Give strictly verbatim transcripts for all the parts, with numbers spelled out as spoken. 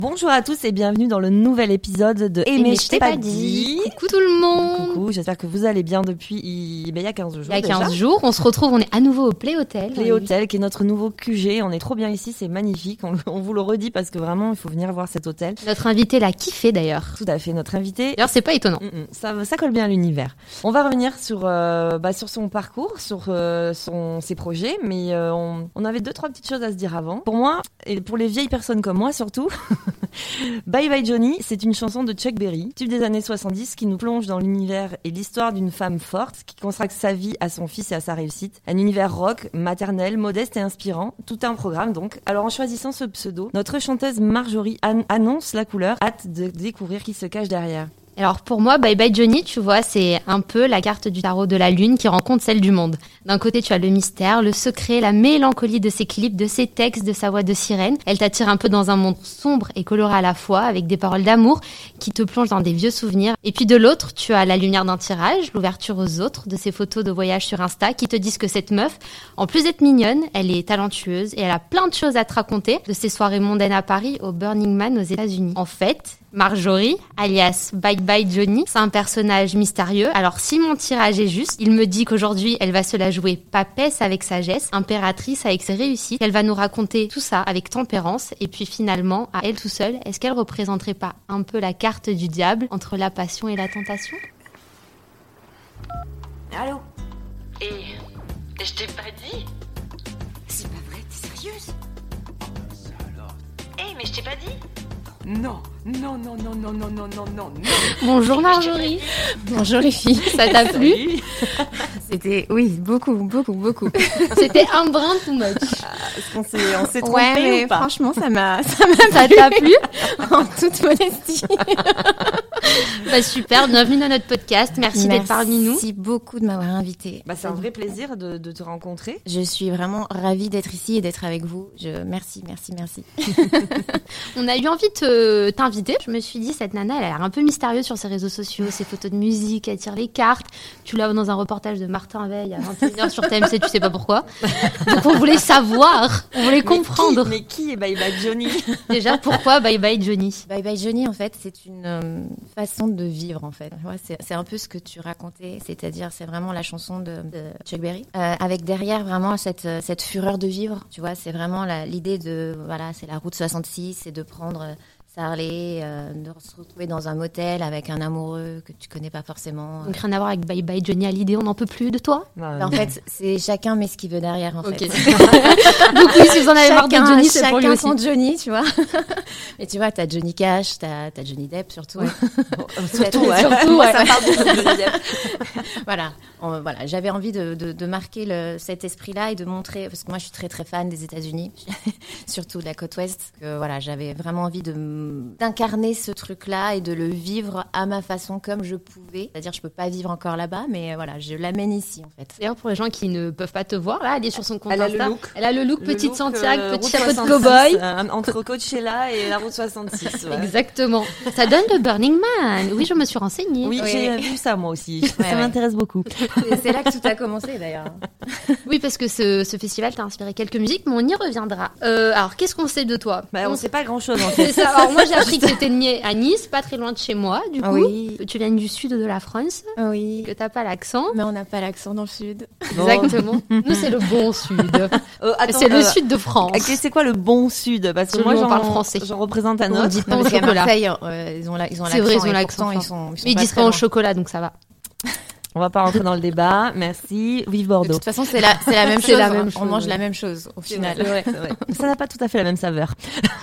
Bonjour à tous et bienvenue dans le nouvel épisode de Eh mais je t'ai pas dit. Coucou tout le monde. Coucou, j'espère que vous allez bien depuis il, ben, il y a quinze jours. Il y a quinze déjà. jours, on se retrouve, on est à nouveau au Play Hotel. Play Hotel qui est notre nouveau Q G, on est trop bien ici, c'est magnifique, on, on vous le redit parce que vraiment il faut venir voir cet hôtel. Notre invité l'a kiffé d'ailleurs. Tout à fait, notre invité. D'ailleurs c'est pas étonnant. Ça, ça colle bien à l'univers. On va revenir sur, euh, bah, sur son parcours, sur euh, son, ses projets, mais euh, on, on avait deux, trois petites choses à se dire avant. Pour moi, et pour les vieilles personnes comme moi surtout, Bye Bye Johnny, c'est une chanson de Chuck Berry, tube des années soixante-dix qui nous plonge dans l'univers et l'histoire d'une femme forte qui consacre sa vie à son fils et à sa réussite. Un univers rock, maternel, modeste et inspirant. Tout un programme donc. Alors en choisissant ce pseudo, notre chanteuse Marjorie an- annonce la couleur, hâte de découvrir qui se cache derrière. Alors pour moi, Bye Bye Johnny, tu vois, c'est un peu la carte du tarot de la lune qui rencontre celle du monde. D'un côté, tu as le mystère, le secret, la mélancolie de ses clips, de ses textes, de sa voix de sirène. Elle t'attire un peu dans un monde sombre et coloré à la fois, avec des paroles d'amour qui te plongent dans des vieux souvenirs. Et puis de l'autre, tu as la lumière d'un tirage, l'ouverture aux autres, de ses photos de voyage sur Insta qui te disent que cette meuf, en plus d'être mignonne, elle est talentueuse et elle a plein de choses à te raconter, de ses soirées mondaines à Paris au Burning Man aux États-Unis. En fait, Marjorie, alias Bye Bye Johnny, c'est un personnage mystérieux. Alors si mon tirage est juste, il me dit qu'aujourd'hui elle va se la jouer papesse avec sagesse, impératrice avec ses réussites. Elle va nous raconter tout ça avec tempérance et puis finalement, à elle tout seule, est-ce qu'elle représenterait pas un peu la carte du diable entre la passion et la tentation ? Allô ? Et je t'ai pas dit ? C'est pas vrai, t'es sérieuse ? Ça alors ? Eh mais je t'ai pas dit ? Non, non, non, non, non, non, non, non, non, non. Bonjour Marjorie. Bonjour les filles. Ça t'a plu ? C'était, oui, beaucoup, beaucoup, beaucoup. C'était un brin too much. Est-ce qu'on s'est, on s'est trompé Ouais, mais ou pas ? franchement, ça m'a, ça m'a Ça plu. t'a plu ? En toute modestie. Bah super, bienvenue dans notre podcast. Merci, d'être parmi nous. Merci beaucoup de m'avoir invitée. Bah, c'est un vrai plaisir de, de te rencontrer. Je suis vraiment ravie d'être ici et d'être avec vous. Je, merci, merci, merci. On a eu envie de te, t'inviter. Je me suis dit, cette nana, elle a l'air un peu mystérieuse sur ses réseaux sociaux, ses photos de musique, elle tire les cartes. Tu l'as dans un reportage de Martin Veil à vingt et une heures sur T M C, tu sais pas pourquoi. Donc on voulait savoir, on voulait comprendre. Mais qui, mais qui est Bye Bye Johnny ? Déjà, pourquoi Bye Bye Johnny ? Bye Bye Johnny, en fait, c'est une euh, façon de vivre, en fait. Ouais, c'est, c'est un peu ce que tu racontais, c'est-à-dire, c'est vraiment la chanson de, de Chuck Berry, euh, avec derrière vraiment cette, cette fureur de vivre. Tu vois, c'est vraiment la, l'idée de, voilà, c'est la route soixante-six, c'est de prendre sa Harley, euh, de se retrouver dans un motel avec un amoureux que tu connais pas forcément. Donc rien à voir avec Bye Bye Johnny à l'idée, on n'en peut plus de toi ? Ah, En fait, c'est chacun met ce qu'il veut derrière, en Ok. fait. Donc oui, si vous en avez marre de Chacun- Johnny, c'est pour lui chacun aussi. son Johnny, tu vois. Mais tu vois, t'as Johnny Cash, t'as, t'as Johnny Depp surtout. Ouais. Surtout, ouais. surtout, Moi, ouais, ça ouais. parle beaucoup de Johnny Depp. Voilà, On- voilà. J'avais envie de, de, de marquer le, cet esprit-là et de montrer, parce que moi je suis très très fan des États-Unis, surtout de la côte ouest, que voilà, j'avais vraiment envie de m- d'incarner ce truc-là et de le vivre à ma façon comme je pouvais. C'est-à-dire, je peux pas vivre encore là-bas, mais voilà, je l'amène ici en fait. D'ailleurs, pour les gens qui ne peuvent pas te voir, là, elle est sur son compte Elle a le Insta. look. Elle a le look Le petite look, Santiago, euh, petit route chapeau de soixante-six, cow-boy. euh, entre Coachella et la route soixante-six. Ouais. Exactement. Ça donne le Burning Man. Oui, je me suis renseignée. Oui, Oui. j'ai vu ça moi aussi. Ouais, ça ouais. m'intéresse beaucoup. Et c'est là que tout a commencé d'ailleurs. Oui, parce que ce, ce festival t'a inspiré quelques musiques, mais on y reviendra. Euh, alors, qu'est-ce qu'on sait de toi ? Bah, on On sait pas grand-chose en fait. C'est ça. Alors, moi, j'ai appris que t'étais née à Nice, pas très loin de chez moi, du coup. Oui. Que tu viens du sud de la France, Oui. que t'as pas l'accent. Mais on n'a pas l'accent dans le sud. Bon. Exactement. Nous, c'est le bon sud. Euh, attends, C'est le euh, sud de France. ok, c'est quoi le bon sud ? Parce que Selon moi, on j'en parle français. j'en représente un On autre. dit pas Non, au parce qu'à chocolat. Marseille, euh, ils ont, la, ils ont C'est l'accent. vrai, ils ont et l'accent pourtant, fort. Ils sont, ils sont Mais ils pas disent très pas en loin. chocolat, donc ça va. On va pas rentrer dans le débat. Merci. Vive De Bordeaux. toute façon, c'est la, c'est la même C'est chose. la même on chose, mange ouais. la même chose au C'est final. vrai, c'est vrai. Ça n'a pas tout à fait la même saveur.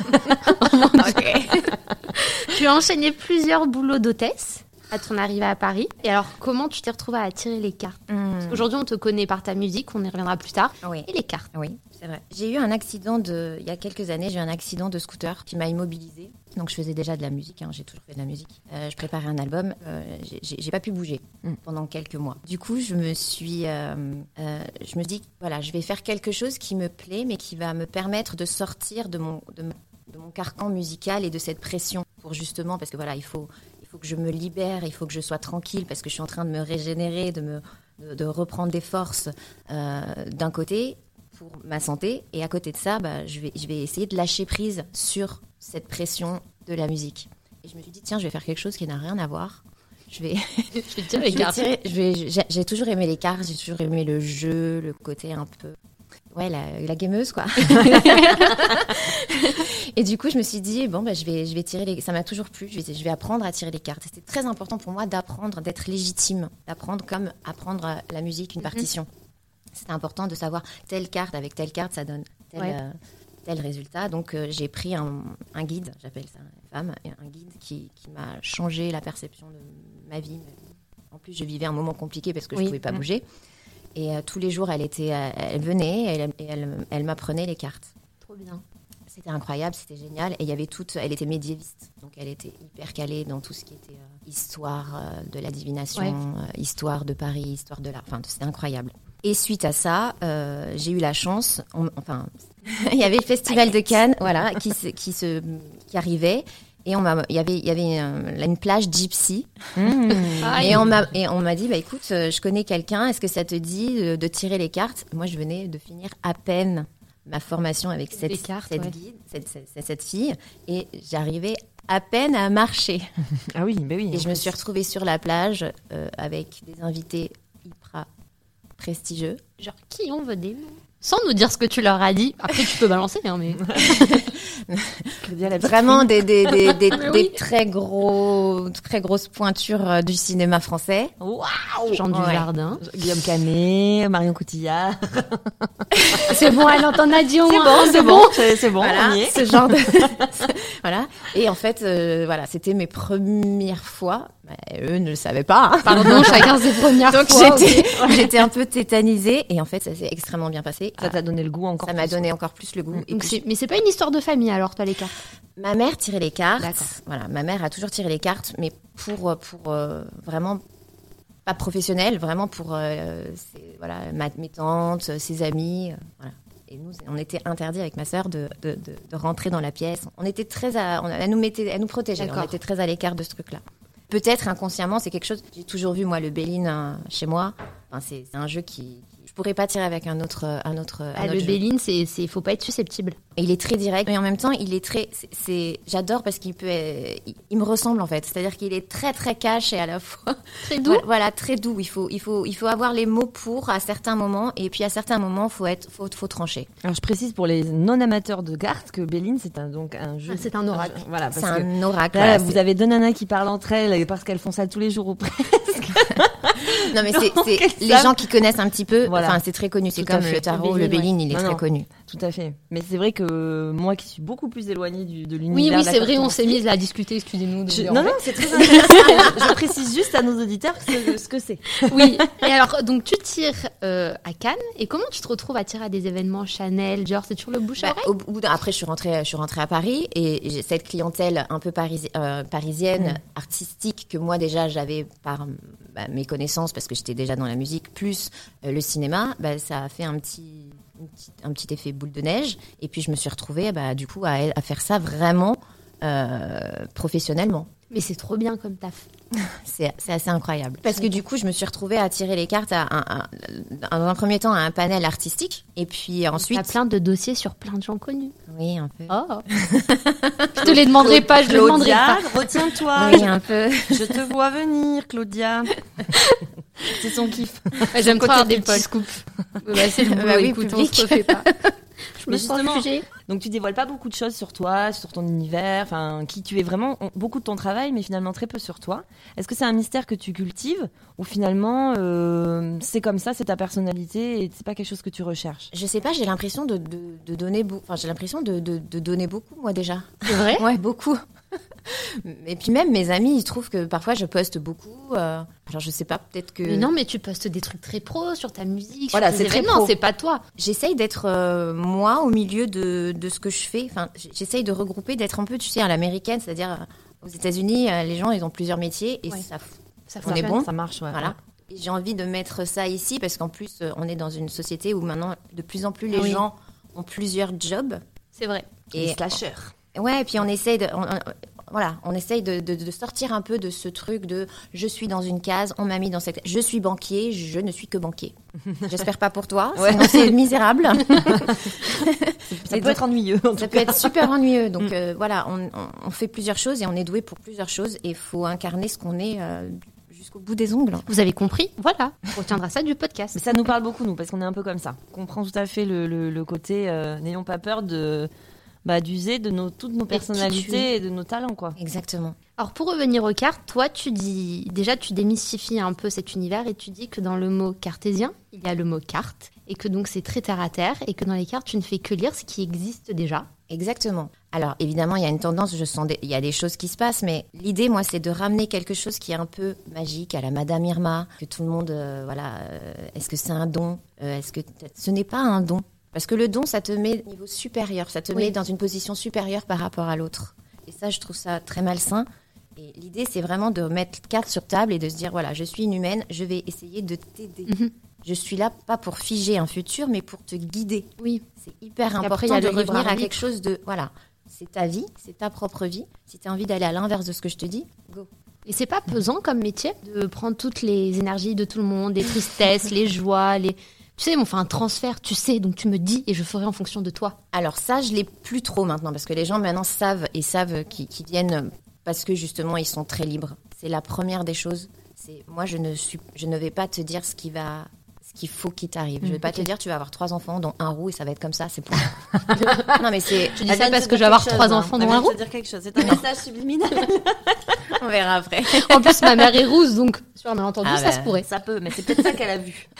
Ok. Tu as enchaîné plusieurs boulots d'hôtesse à ton arrivée à Paris. Et alors, comment tu t'es retrouvée à tirer les cartes ? Hmm. Aujourd'hui, on te connaît par ta musique, on y reviendra plus tard. Oui. Et les cartes. Oui, c'est vrai. J'ai eu un accident de, il y a quelques années, j'ai eu un accident de scooter qui m'a immobilisée. Donc je faisais déjà de la musique, hein, j'ai toujours fait de la musique. Euh, je préparais un album, euh, j'ai- j'ai j'ai pas pu bouger Mm. pendant quelques mois. Du coup, je me suis, euh, euh, je me dis, voilà, je vais faire quelque chose qui me plaît, mais qui va me permettre de sortir de mon, de, m- de mon carcan musical et de cette pression pour justement, parce que voilà, il faut, il faut que je me libère, il faut que je sois tranquille parce que je suis en train de me régénérer, de me, de, de reprendre des forces euh, d'un côté. pour ma santé. Et à côté de ça, bah, je vais, je vais essayer de lâcher prise sur cette pression de la musique. Et je me suis dit, tiens, je vais faire quelque chose qui n'a rien à voir. Je vais, Je vais te dire les je vais cartes. tirer- je vais- j'ai, j'ai toujours aimé les cartes, j'ai toujours aimé le jeu, le côté un peu... Ouais, la, la gameuse, quoi. Et du coup, je me suis dit, bon, bah, je, vais, je vais tirer les... Ça m'a toujours plu, je vais, je vais apprendre à tirer les cartes. C'était très important pour moi d'apprendre, d'être légitime, d'apprendre comme apprendre la musique, une partition. C'était important de savoir telle carte avec telle carte, ça donne tel, Ouais. euh, tel résultat. Donc, euh, j'ai pris un, un guide, j'appelle ça une femme, et un guide qui, qui m'a changé la perception de ma vie. En plus, je vivais un moment compliqué parce que je Oui. ne pouvais pas Mm. bouger. Et euh, tous les jours, elle, était, euh, elle venait et elle, et elle, elle m'apprenait les cartes. Trop bien. C'était incroyable, c'était génial. Et il y avait toute, elle était médiéviste, donc elle était hyper calée dans tout ce qui était euh, histoire euh, de la divination, Ouais. euh, histoire de Paris, histoire de l'art. Enfin, c'était incroyable. Et suite à ça, euh, j'ai eu la chance, on- enfin, il y avait le Festival de Cannes, voilà, qui se, qui se, qui arrivait. Et on m'a, il y avait, il y avait euh, une plage gypsy. Mmh. Aïe. Et on m'a, et on m'a dit, bah écoute, euh, je connais quelqu'un. Est-ce que ça te dit de, de tirer les cartes? Moi, je venais de finir à peine ma formation avec cette, Les cartes, cette ouais. guide, cette, cette, cette fille, et j'arrivais à peine à marcher. Ah oui, bah oui. Et je me suis retrouvée sur la plage euh, avec des invités hyper prestigieux. Genre, qui on veut des noms? Sans nous dire ce que tu leur as dit. Après, tu peux balancer, hein, mais... Claudia, la petite Vraiment des, des, des, des, Mais des oui. très gros, très grosses pointures euh, du cinéma français. Waouh. Jean du Ouais. Jardin. Guillaume Canet, Marion Cotillard. C'est bon, elle en t'en a dit au C'est moins. bon, un, c'est bon, c'est c'est bon, Voilà, on y est. ce genre de voilà. Et en fait, euh, voilà, c'était mes premières fois. Bah, eux ne le savaient pas. hein. Pardon, chacun ses premières Donc fois. j'étais, j'étais un peu tétanisée. Et en fait, ça s'est extrêmement bien passé. Ça t'a donné le goût encore Ça m'a plus. donné encore plus le goût. Et Donc puis, c'est- mais c'est pas une histoire de famille alors, toi, les cartes. ma mère tirait les cartes. D'accord. Voilà, ma mère a toujours tiré les cartes, mais pour pour euh, vraiment pas professionnel, vraiment pour euh, ses- voilà ma, mes tantes, ses amis, euh, voilà. Et nous, on était interdits avec ma sœur de, de, de, de rentrer dans la pièce. On était très, à, on, elle nous mettait, elle nous protégeait. D'accord. On était très à l'écart de ce truc-là. Peut-être inconsciemment, c'est quelque chose. J'ai toujours vu moi le Béline euh, chez moi. Enfin, c'est, c'est un jeu qui, je pourrais pas tirer avec un autre, un autre. un Ah, autre le jeu. Béline, c'est, c'est, faut pas être susceptible. Et il est très direct, mais en même temps, il est très. C'est, c'est- j'adore parce qu'il peut. euh, il, il me ressemble en fait. C'est-à-dire qu'il est très très cash et à la fois. Très doux. Voilà, voilà, très doux. Il faut, il faut, il faut avoir les mots pour à certains moments, et puis à certains moments, faut être, faut, faut trancher. Alors je précise pour les non-amateurs de cartes que Béline, c'est un, donc un jeu. Ah, c'est un oracle. Voilà, parce C'est que un oracle. là, voilà, vous c'est- avez deux nanas qui parlent entre elles parce qu'elles font ça tous les jours ou presque. Non, mais c'est, Donc, c'est elles les savent. gens qui connaissent un petit peu. Voilà. Enfin, c'est très connu. C'est Tout à comme fait. le tarot, Le le Béline, Béline, il est Non, très non. connu. Tout à fait. Mais c'est vrai que moi qui suis beaucoup plus éloignée du, de Oui, l'univers oui, de la c'est vrai, on cartomancie, s'est mis à discuter, excusez-nous. de je- vous Non, non, déranger. c'est très intéressant. Je précise juste à nos auditeurs ce, ce que c'est. Oui. Et alors, donc tu tires euh, à Cannes, et comment tu te retrouves à tirer à des événements Chanel, genre c'est toujours le bouche à Bah, oreille? au bout d'un- après, je suis rentrée, je suis rentrée à Paris et j'ai cette clientèle un peu parisi- euh, parisienne, Mm. artistique que moi déjà j'avais par bah, mes connaissances parce que j'étais déjà dans la musique plus euh, le cinéma. Bah, ça a fait un petit, une petite- un petit effet boule de neige et puis je me suis retrouvée bah, du coup à, à faire ça vraiment euh, professionnellement. Mais c'est trop bien comme taf. C'est c'est assez incroyable. Parce que du coup, je me suis retrouvée à tirer les cartes à un, un- dans un premier temps à un panel artistique et puis Ensuite, ensuite. t'as plein de dossiers sur plein de gens connus. Oui, un peu. Oh. Je te les demanderai pas, je les demanderai Claudia, pas. retiens-toi. Oui, un peu. je, je te vois venir, Claudia. C'est son kiff. Ouais, J'aime Côté faire des people. petits scoops. Bah, c'est le boulot, Bah oui, écoute, on public. se refait pas. Je me Mais sens justement, jugée. Donc tu dévoiles pas beaucoup de choses sur toi, sur ton univers, enfin qui tu es vraiment, on- beaucoup de ton travail, mais finalement très peu sur toi. Est-ce que c'est un mystère que tu cultives ou finalement euh, c'est comme ça, c'est ta personnalité et c'est pas quelque chose que tu recherches? Je sais pas, j'ai l'impression de, de, de donner beaucoup. Enfin, j'ai l'impression de, de, de donner beaucoup, moi, déjà. C'est vrai? Ouais, beaucoup. Et puis même mes amis, ils trouvent que parfois je poste beaucoup. euh, Alors, je sais pas, peut-être que. Mais non, mais tu postes des trucs très pro sur ta musique, Voilà, sur tes c'est très événements, pro. c'est pas toi. J'essaye d'être, euh, moi, au milieu de, de ce que je fais. Enfin, j- j'essaye de regrouper, d'être un peu, tu sais, à l'américaine, c'est-à-dire euh, aux États-Unis, euh, les gens, ils ont plusieurs métiers et Ouais. ça. Ça On est fonctionne. bon. Ça marche, ouais. Voilà. Et j'ai envie de mettre ça ici parce qu'en plus, euh, on est dans une société où maintenant, de plus en plus, les Ah oui. gens ont plusieurs jobs. C'est vrai. Et Et slashers. ouais, et puis on essaie de. on- on- voilà, on essaye de, de, de sortir un peu de ce truc de je suis dans une case, on m'a mis dans cette, je suis banquier, je ne suis que banquier. J'espère pas pour toi, ouais. Sinon c'est misérable. Ça peut donc, être ennuyeux. Ça peut être super ennuyeux. Donc mm. euh, voilà, on, on, on fait plusieurs choses et on est doué pour plusieurs choses et il faut incarner ce qu'on est euh, jusqu'au bout des ongles. Vous avez compris ? Voilà, on retiendra ça du podcast. Mais ça nous parle beaucoup, nous, parce qu'on est un peu comme ça. On comprend tout à fait le, le, le côté, euh, n'ayons pas peur de, bah, d'user de nos, toutes nos personnalités et de nos talents, quoi. Exactement. Alors pour revenir aux cartes, toi tu dis, déjà tu démystifies un peu cet univers et tu dis que dans le mot cartésien, il y a le mot carte et que donc c'est très terre à terre et que dans les cartes tu ne fais que lire ce qui existe déjà. Exactement. Alors évidemment il y a une tendance, je sens des, il y a des choses qui se passent, mais l'idée moi c'est de ramener quelque chose qui est un peu magique à la Madame Irma, que tout le monde, euh, voilà, euh, est-ce que c'est un don, euh, est-ce que ce n'est pas un don, parce que le don ça te met au niveau supérieur, ça te oui. met dans une position supérieure par rapport à l'autre. Et ça je trouve ça très malsain. Et l'idée, c'est vraiment de mettre carte sur table et de se dire, voilà, je suis une humaine, je vais essayer de t'aider. Mm-hmm. Je suis là, pas pour figer un futur, mais pour te guider. Oui. C'est hyper important après, de revenir à quelque chose de, voilà, c'est ta vie, c'est ta propre vie. Si tu as envie d'aller à l'inverse de ce que je te dis, go. Et c'est pas pesant comme métier de prendre toutes les énergies de tout le monde, les tristesses, les joies, les... Tu sais, on fait un transfert, tu sais, donc tu me dis et je ferai en fonction de toi. Alors ça, je l'ai plus trop maintenant, parce que les gens maintenant savent et savent qu'ils, qu'ils viennent... Parce que justement, ils sont très libres. C'est la première des choses. C'est moi, je ne suis, je ne vais pas te dire ce qui va, ce qu'il faut qu'il t'arrive. Mmh, je ne vais pas okay. te dire, tu vas avoir trois enfants, dont un roux, et ça va être comme ça. C'est pour. Non, mais c'est. Tu dis ça parce que je vais avoir trois enfants, dont un roux. Je vais te dire quelque chose. C'est un message subliminal. On verra après. En plus, ma mère est rousse, donc sur un malentendu, ah ça bah, se pourrait. Ça peut, mais c'est peut-être ça qu'elle a vu.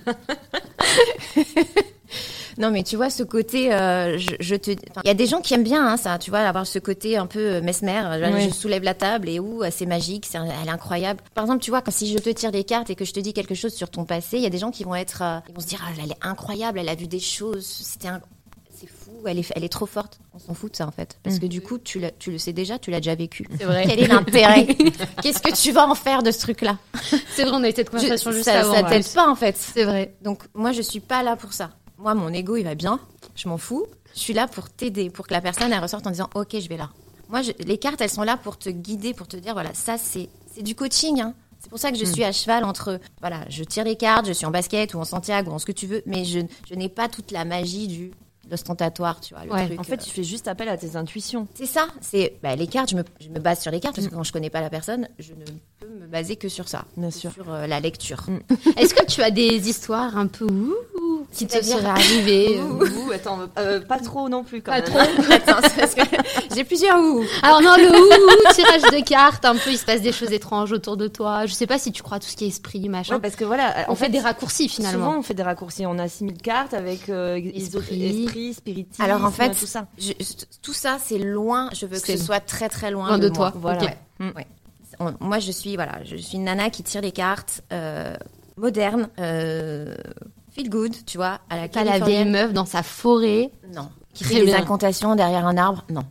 Non, mais tu vois, ce côté, euh, je, je te, enfin, il y a des gens qui aiment bien hein, ça, tu vois, avoir ce côté un peu mesmer. Oui. Je soulève la table et ouh, c'est magique, c'est, elle est incroyable. Par exemple, tu vois, quand si je te tire des cartes et que je te dis quelque chose sur ton passé, il y a des gens qui vont être, euh, ils vont se dire, ah, elle est incroyable, elle a vu des choses, c'était un, c'est fou, elle est, elle est trop forte. On s'en fout de ça en fait, parce mmh. que du coup, tu, l'as, tu le sais déjà, tu l'as déjà vécu. C'est vrai. Quel est l'intérêt ? Qu'est-ce que tu vas en faire de ce truc-là ? C'est vrai, on a eu cette conversation je, juste ça, avant. Ça t'aide ouais. pas en fait. C'est vrai. Donc moi, je suis pas là pour ça. Moi, mon ego, il va bien. Je m'en fous. Je suis là pour t'aider, pour que la personne, elle ressorte en disant « Ok, je vais là ». Moi, je, les cartes, elles sont là pour te guider, pour te dire « Voilà, ça, c'est, c'est du coaching. Hein. » C'est pour ça que je mmh. suis à cheval entre « Voilà, je tire les cartes, je suis en basket ou en Santiago, ou en ce que tu veux, mais je, je n'ai pas toute la magie du l'ostentatoire, tu vois. Le ouais, truc, en fait, euh... tu fais juste appel à tes intuitions. C'est ça. C'est bah, les cartes, je me, je me base sur les cartes, parce que quand je connais pas la personne, je ne peux me baser que sur ça. Bien sûr. Sur euh, la lecture. Mmh. Est-ce que tu as des histoires un peu ouh qui te seraient arrivées ouh, ouh, attends, euh, pas trop non plus quand pas même. Trop. Attends, c'est parce que j'ai plusieurs ouh. Alors non, le ouh, tirage de cartes, un peu, il se passe des choses étranges autour de toi. Je sais pas si tu crois à tout ce qui est esprit, machin. Ouais, parce que voilà, on fait, fait des raccourcis finalement. Souvent, on fait des raccourcis. On a six mille cartes avec euh, esprit, esprit, spiritisme. Alors en fait, tout ça, je, tout ça, c'est loin. Je veux c'est que ce soit très très loin, loin de, de toi. Moi. Voilà. Okay. Ouais. Mmh. Ouais. On, moi, je suis voilà, je suis une nana qui tire les cartes euh, modernes. Euh, Feel good, tu vois, à la Pas la vieille meuf dans sa forêt. Non. Qui fait des incantations derrière un arbre. Non.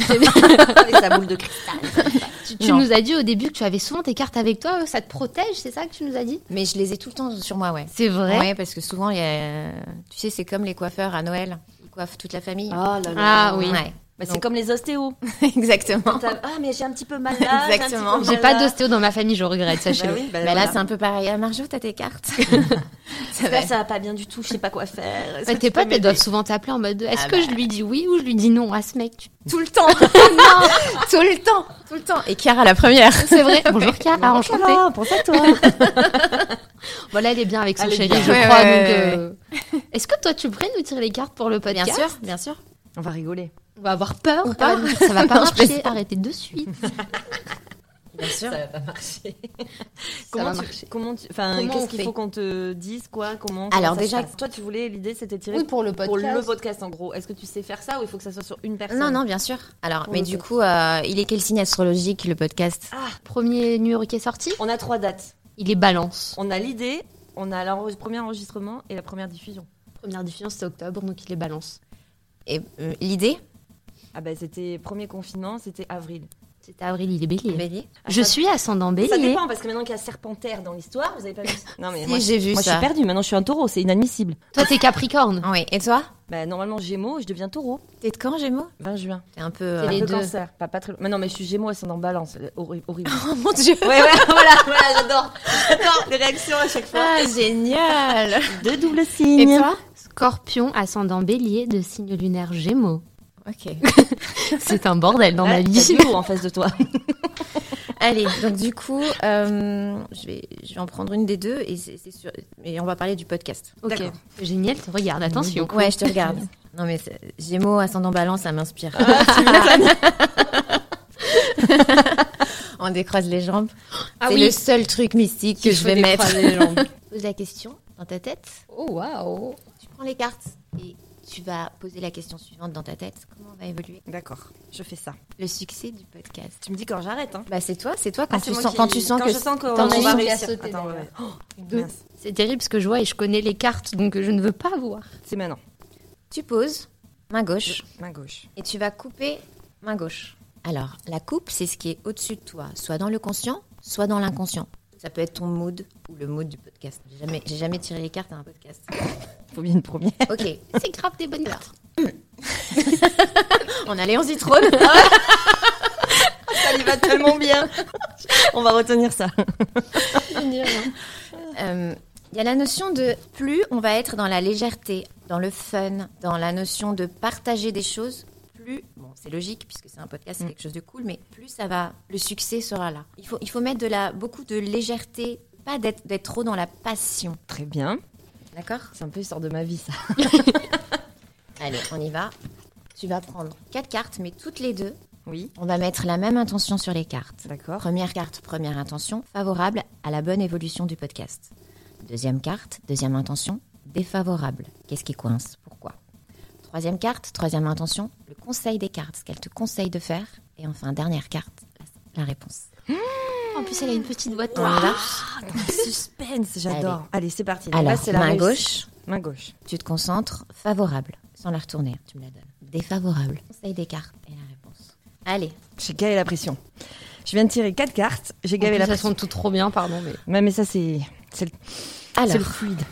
Avec sa boule de cristal. Tu, tu nous as dit au début que tu avais souvent tes cartes avec toi. Ça te protège, c'est ça que tu nous as dit ? Mais je les ai tout le temps sur moi, ouais. C'est vrai ? Ouais, parce que souvent, il y a... tu sais, c'est comme les coiffeurs à Noël. Ils coiffent toute la famille. Oh là là. Ah oui. Ouais. Bah, c'est comme les ostéos. Exactement. Ah, mais j'ai un petit peu mal là. Exactement. J'ai, j'ai pas d'ostéo dans ma famille, je regrette, sachez-le. Bah oui, bah, bah voilà. Là, c'est un peu pareil. Ah, Marjo, t'as tes cartes. ça, va. ça va pas bien du tout, je sais pas quoi faire. Bah, tes potes, elles doivent souvent t'appeler en mode est-ce ah que bah... je lui dis oui ou je lui dis non à ce mec ? Tout le temps. Non, tout le temps. Tout le temps. Et Chiara, la première. C'est vrai. Bonjour Chiara, enchantée. Pense à toi. Voilà, elle est bien avec son elle chéri, bien. je ouais, crois. Ouais, donc, ouais. Euh... Est-ce que toi, tu pourrais nous tirer les cartes pour le podcast ? Bien sûr, bien sûr. On va rigoler. On va avoir peur. Ou pas. Ah, ça va pas marcher. Arrêtez de suite. Bien sûr. Ça va pas marcher. Ça comment va tu, marcher. Comment tu, enfin, comment qu'est-ce qu'il fait faut qu'on te dise, quoi, comment Alors comment déjà, toi, tu voulais, l'idée, c'était tirer oui, pour le podcast. Pour le podcast, en gros. Est-ce que tu sais faire ça ou il faut que ça soit sur une personne ? Non, non, bien sûr. Alors, pour mais du coup, euh, il est quel signe astrologique le podcast ? Ah, premier numéro qui est sorti. On a trois dates. Il est Balance. On a l'idée, on a le premier enregistrement et la première diffusion. Première diffusion, c'est octobre, donc il est Balance. Et euh, l'idée ? Ah ben, c'était premier confinement, c'était avril. C'était Avril, il est bélier. Bélier. Je suis ascendant Ça bélier. dépend, parce que maintenant qu'il y a Serpentaire dans l'histoire, vous avez pas vu. Non, mais Si, moi, j'ai vu moi, je ça. suis perdue. Maintenant, je suis un taureau. C'est inadmissible. Toi, t'es Capricorne. Ah oui, et toi? Bah, normalement, Gémeaux, je deviens taureau. T'es de quand, Gémeaux? vingt juin. T'es un peu... C'est euh, les Un peu deux. cancer. Pas, pas très... Mais non, mais je suis Gémeaux, elles sont dans balance. Horrible. horrible. Oh mon Dieu. Ouais, ouais, voilà, voilà, j'adore. J'adore les réactions à chaque fois. Ah, génial. Deux doubles signes. Et toi? Scorpion, ascendant bélier, de signe lunaire Gémeaux. Ok. C'est un bordel dans ma Ouais, vie. t'as du haut en face de toi. Allez, donc du coup, euh, je, vais, je vais en prendre une des deux et, c'est, c'est sûr, et on va parler du podcast. Ok. D'accord. Génial, te regarde, attention. Ouais, je te regarde. Non mais c'est- Gémeaux, ascendant balance, ça m'inspire. On décroise les jambes. Ah c'est oui. le seul truc mystique que Il je faut vais mettre. décroiser les jambes. Pose la question dans ta tête. Oh, waouh. Tu prends les cartes et tu vas poser la question suivante dans ta tête. Comment va évoluer D'accord, je fais ça. le succès du podcast? Tu me dis quand j'arrête, hein. Bah c'est toi, c'est toi quand Ah, c'est tu moi sens qui- quand tu sens quand que je sens qu'on t'en va as une qui a réussir. sauté Attends, derrière. ouais. Oh, Deux. mince. C'est terrible parce que je vois et je connais les cartes, donc je ne veux pas voir. C'est maintenant. tu poses main gauche Main gauche. et tu vas couper main gauche. Alors, la coupe, c'est ce qui est au-dessus de toi, soit dans le conscient, soit dans l'inconscient. Ça peut être ton mood ou le mood du podcast. J'ai jamais, j'ai jamais tiré les cartes à un podcast. Faut bien une première. Ok, C'est grave des bonnes cartes. on a Léon Zitrone. Ça lui va tellement bien. On va retenir ça. Euh, Il y a la notion de plus on va être dans la légèreté, dans le fun, dans la notion de partager des choses, plus, bon c'est logique puisque c'est un podcast, c'est Mm. quelque chose de cool, mais plus ça va, le succès sera là. Il faut, il faut mettre de la, beaucoup de légèreté, pas d'être, d'être trop dans la passion, Très bien. d'accord? C'est un peu l'histoire de ma vie, ça. Allez, on y va. Tu vas prendre quatre cartes, mais toutes les deux, Oui. on va mettre la même intention sur les cartes. D'accord. Première carte, première intention, favorable à la bonne évolution du podcast. Deuxième carte, deuxième intention, défavorable. Qu'est-ce qui coince? Pourquoi? Troisième carte, troisième intention, le conseil des cartes, ce qu'elle te conseille de faire. Et enfin, dernière carte, la, la réponse. En plus, elle a une petite boîte On y va? noire. Suspense, j'adore. Allez, c'est parti. Là, Alors, c'est la main réussite. gauche, Main gauche. tu te concentres, favorable, sans la retourner, tu me la donnes. Défavorable, conseil des cartes et la réponse. Allez, J'ai gavé la pression. Je viens de tirer quatre cartes. J'ai gavé la Ça pression. sent tout trop bien, pardon, mais. Ouais, mais ça, c'est c'est le, c'est alors, le fluide.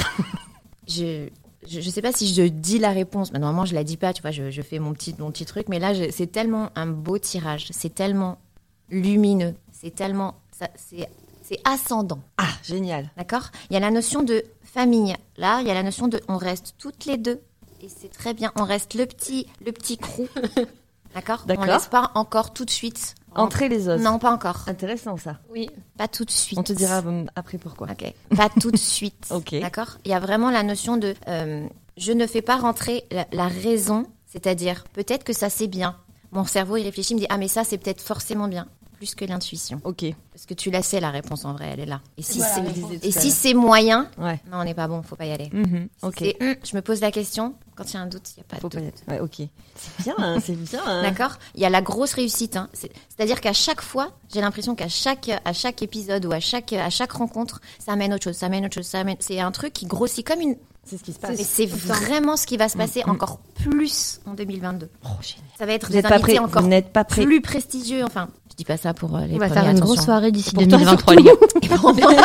je, je je sais pas si je dis la réponse, mais normalement je la dis pas, tu vois, je, je fais mon petit mon petit truc, mais là je- c'est tellement un beau tirage, c'est tellement lumineux, c'est tellement ça, c'est c'est ascendant, Ah, génial. d'accord? Il y a la notion de famille, là il y a la notion de on reste toutes les deux et c'est très bien, on reste le petit le petit crew, d'accord? D'accord. On laisse pas encore tout de suite Entrer les os. Non, pas encore, Intéressant, ça. Oui. pas tout de suite. On te dira euh, après pourquoi. Ok. Pas tout de suite. Ok. D'accord. Il y a vraiment la notion de euh, je ne fais pas rentrer la, la raison, c'est-à-dire peut-être que ça c'est bien. Mon cerveau il réfléchit, il me dit ah mais ça c'est peut-être forcément bien, plus que l'intuition. Ok. Parce que tu la sais la réponse en vrai, elle est là. Et si Voilà, c'est la réponse. et si c'est moyen, Ouais. non on n'est pas bon, faut pas y aller. Mhm. Si Ok. c'est, hum, je me pose la question. Quand il y a un doute, il y a pas Faut de pas y doute. aller. Ouais, ok. C'est bien, hein, c'est bien. hein. D'accord. Il y a la grosse réussite. Hein. C'est, c'est-à-dire qu'à chaque fois, j'ai l'impression qu'à chaque, à chaque épisode ou à chaque, à chaque rencontre, ça amène autre chose, ça amène autre chose, ça amène. C'est un truc qui grossit comme une. C'est ce qui se passe. Et c'est vraiment ce qui va se passer Mm, mm. encore plus en deux mille vingt-deux. Oh, génial. Ça va être Vous des n'êtes pas invités prêts. encore Vous n'êtes pas prêts. plus prestigieux. Enfin, je dis pas ça pour euh, les On va premiers, faire une attention. grosse soirée d'ici Pour deux toi, mille vingt-trois, les gars. Et pour moi.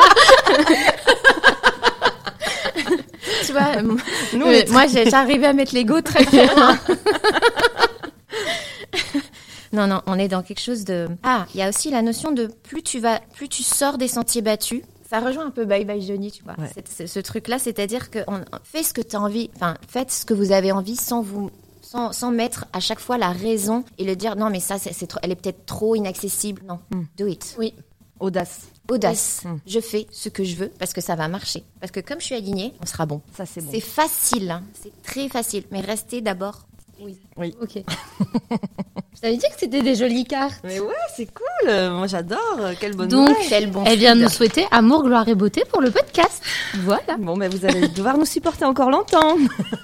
Tu vois, Nous, euh, on est moi j'ai- j'arrivais à mettre l'ego très bien. Non, non, on est dans quelque chose de. Ah, il y a aussi la notion de plus tu vas, plus tu sors des sentiers battus. Ça rejoint un peu Bye Bye Johnny, tu vois. Ouais. C'est- c'est- ce truc-là, c'est-à-dire que on, fais ce que tu as envie, enfin, faites ce que vous avez envie sans vous. Sans, sans mettre à chaque fois la raison et le dire non mais ça c'est, c'est trop, elle est peut-être trop inaccessible. Non, Mm. do it. Oui. Audace. Audace. Oui. Mm. Je fais ce que je veux parce que ça va marcher. Parce que comme je suis alignée, on sera bon. Ça, c'est bon. C'est facile, hein. C'est très facile. Mais restez d'abord. Oui. Oui. Ok. Je t'avais dit que c'était des jolies cartes. Mais ouais, c'est cool. Euh, Moi, j'adore. Euh, Quelle bonne Donc, nouvelle. Quel bon Elle vient de feed. nous souhaiter amour, gloire et beauté pour le podcast. Voilà. Bon, ben, vous allez devoir nous supporter encore longtemps.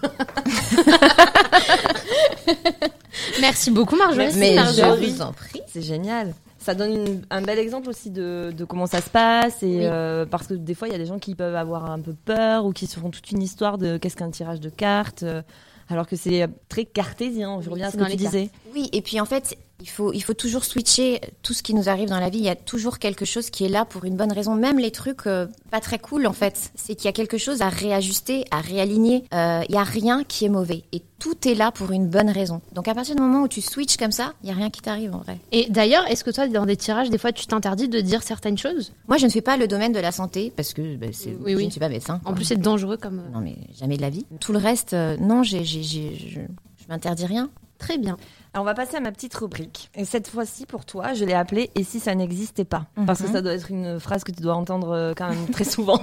Merci beaucoup, Marjorie. Mais Marjorie. je vous en prie. C'est génial. Ça donne une- un bel exemple aussi de, de comment ça se passe. Et, Oui. euh, parce que des fois, il y a des gens qui peuvent avoir un peu peur ou qui se font toute une histoire de qu'est-ce qu'un tirage de cartes. euh, alors que c'est très cartésien. Je reviens à ce c'est que dans tu les disais. Oui, et puis en fait, Il faut, il faut toujours switcher tout ce qui nous arrive dans la vie. Il y a toujours quelque chose qui est là pour une bonne raison. Même les trucs euh, pas très cool, en fait. C'est qu'il y a quelque chose à réajuster, à réaligner. Euh, il y a rien qui est mauvais. Et tout est là pour une bonne raison. Donc à partir du moment où tu switches comme ça, il y a rien qui t'arrive en vrai. Et d'ailleurs, est-ce que toi, dans des tirages, des fois, tu t'interdis de dire certaines choses ? Moi, je ne fais pas le domaine de la santé parce que bah, c'est, Oui, je oui. ne suis pas médecin. En quoi. plus, c'est dangereux comme... Non, mais jamais de la vie. Tout le reste, euh, non, j'ai, j'ai, j'ai, je, je m'interdis rien. Très bien. Alors, on va passer à ma petite rubrique. Et cette fois-ci, pour toi, je l'ai appelée « Et si ça n'existait pas ?» Parce que ça doit être une phrase que tu dois entendre euh, quand même très souvent.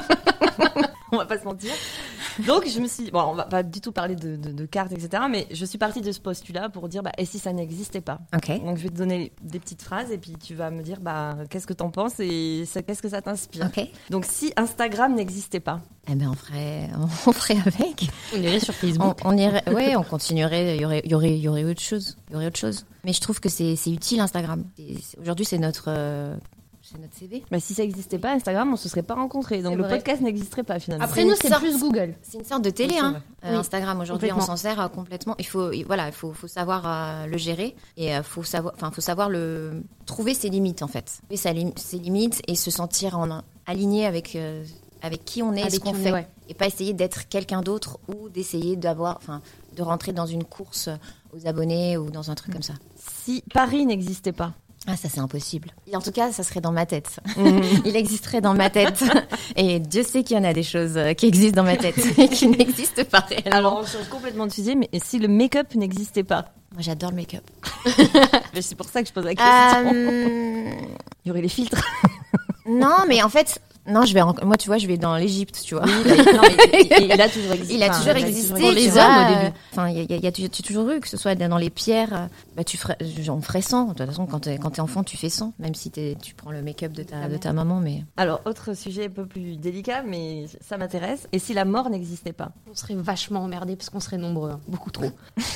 On va pas se mentir. Donc, je me suis dit, bon, on va pas du tout parler de, de, de cartes, et cetera. Mais je suis partie de ce postulat pour dire, bah, et si ça n'existait pas ? Ok. Donc, je vais te donner des petites phrases et puis tu vas me dire, bah, qu'est-ce que t'en penses et ça, qu'est-ce que ça t'inspire ? Ok. Donc, si Instagram n'existait pas ? Eh ben, on ferait, on ferait avec. On irait sur On, Facebook. on irait, ouais, on continuerait. Il y aurait, il y aurait, il y aurait autre chose. Il y aurait autre chose. Mais je trouve que c'est, c'est utile Instagram. C'est- c'est- aujourd'hui, c'est notre, euh, c'est notre C V. Bah, si ça n'existait pas, Instagram, on se serait pas rencontrés. Donc, C'est le vrai. podcast n'existerait pas finalement. Après, C'est nous, une c'est sorte- plus Google. C'est une sorte de télé, Oui, c'est hein. vrai. Euh, Oui. Instagram aujourd'hui, on Complètement. s'en sert euh, complètement. Il faut, il- voilà, il faut, faut savoir euh, le gérer et il faut savoir, enfin, faut savoir le trouver ses limites en fait. Trouver sa lim- ses limites et se sentir en aligné avec euh, avec qui on est, et Avec ce qu'on qui on fait, est, ouais. et pas essayer d'être quelqu'un d'autre ou d'essayer d'avoir, enfin, de rentrer dans une course aux abonnés ou dans un truc comme ça. Si Paris n'existait pas ? Ah, ça c'est impossible. Et en tout cas, ça serait dans ma tête. Mhm. Il existerait dans ma tête. Et Dieu sait qu'il y en a des choses euh, qui existent dans ma tête et qui n'existent pas réellement. Alors, on change complètement de sujet, mais si le make-up n'existait pas ? Moi, j'adore le make-up. Mais c'est pour ça que je pose la question. Euh, Il y aurait les filtres. non, mais en fait, non, je vais. En... Moi, tu vois, je vais dans l'Égypte, tu vois. Non, mais il, il a toujours existé. Il a Enfin, toujours il a existé. toujours tu existé. vois, hommes, au euh, début. Enfin, il y a, il y a- il y a tu- tu as toujours eu que ce soit dans les pierres. euh, Bah, tu ferais, on ferait cent. De toute façon, quand t'es, quand t'es enfant, tu fais cent, même si t'es, tu prends le make-up de ta, de ta maman. Mais Alors, autre sujet un peu plus délicat, mais ça m'intéresse. Et si la mort n'existait pas ? On serait vachement emmerdés parce qu'on serait nombreux. hein. Beaucoup trop.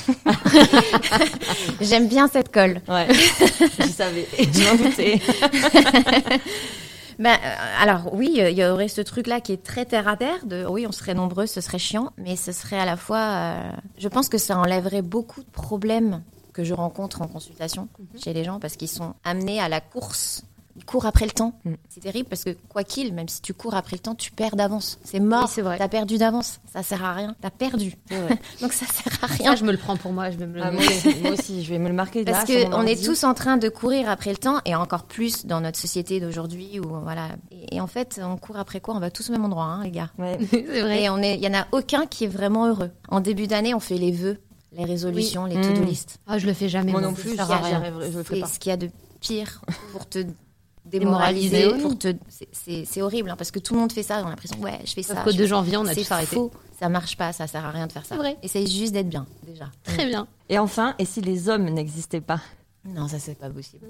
j'aime bien cette colle. Ouais, je savais. Je m'en doutais. Ben, euh, alors oui, euh, il y aurait ce truc-là qui est très terre à terre. De, oui, on serait nombreux, ce serait chiant, mais ce serait à la fois. euh, je pense que ça enlèverait beaucoup de problèmes que je rencontre en consultation chez les gens parce qu'ils sont amenés à la course. Ils courent après le temps. Mm. C'est terrible parce que quoi qu'il, même si tu cours après le temps, tu perds d'avance. C'est mort. Oui, c'est vrai. T'as perdu d'avance. Ça sert à rien. T'as perdu. Donc ça sert à rien. Ça, je me le prends pour moi. Je vais me le Ah, moi, noter. aussi, moi aussi, je vais me le marquer là. Parce sur mon qu'on est ordi. tous en train de courir après le temps, et encore plus dans notre société d'aujourd'hui. Où, voilà. et, et en fait, on court après quoi ? On va tous au même endroit, hein, les gars. Ouais. C'est vrai. Et on est, il y en a aucun qui est vraiment heureux. En début d'année, on fait les vœux, les résolutions, les to-do Mmh. list. Ah, je le fais jamais. Moi moi. non plus, Ça j'y sert à rien. arriverai- je le ferai C'est pas. ce qu'il y a de pire pour te Démoraliser, démoraliser, oui. pour te, c'est- c'est c'est horrible, hein, parce que tout le monde fait ça. On a l'impression, ouais, je fais Sauf ça. qu'au je deux fais- janvier, on a C'est tous arrêté. faux. Ça marche pas, ça sert à rien de faire ça. C'est vrai. Essaye juste d'être bien, déjà. Très bien. Et enfin, et si les hommes n'existaient pas ? Non, ça c'est pas possible.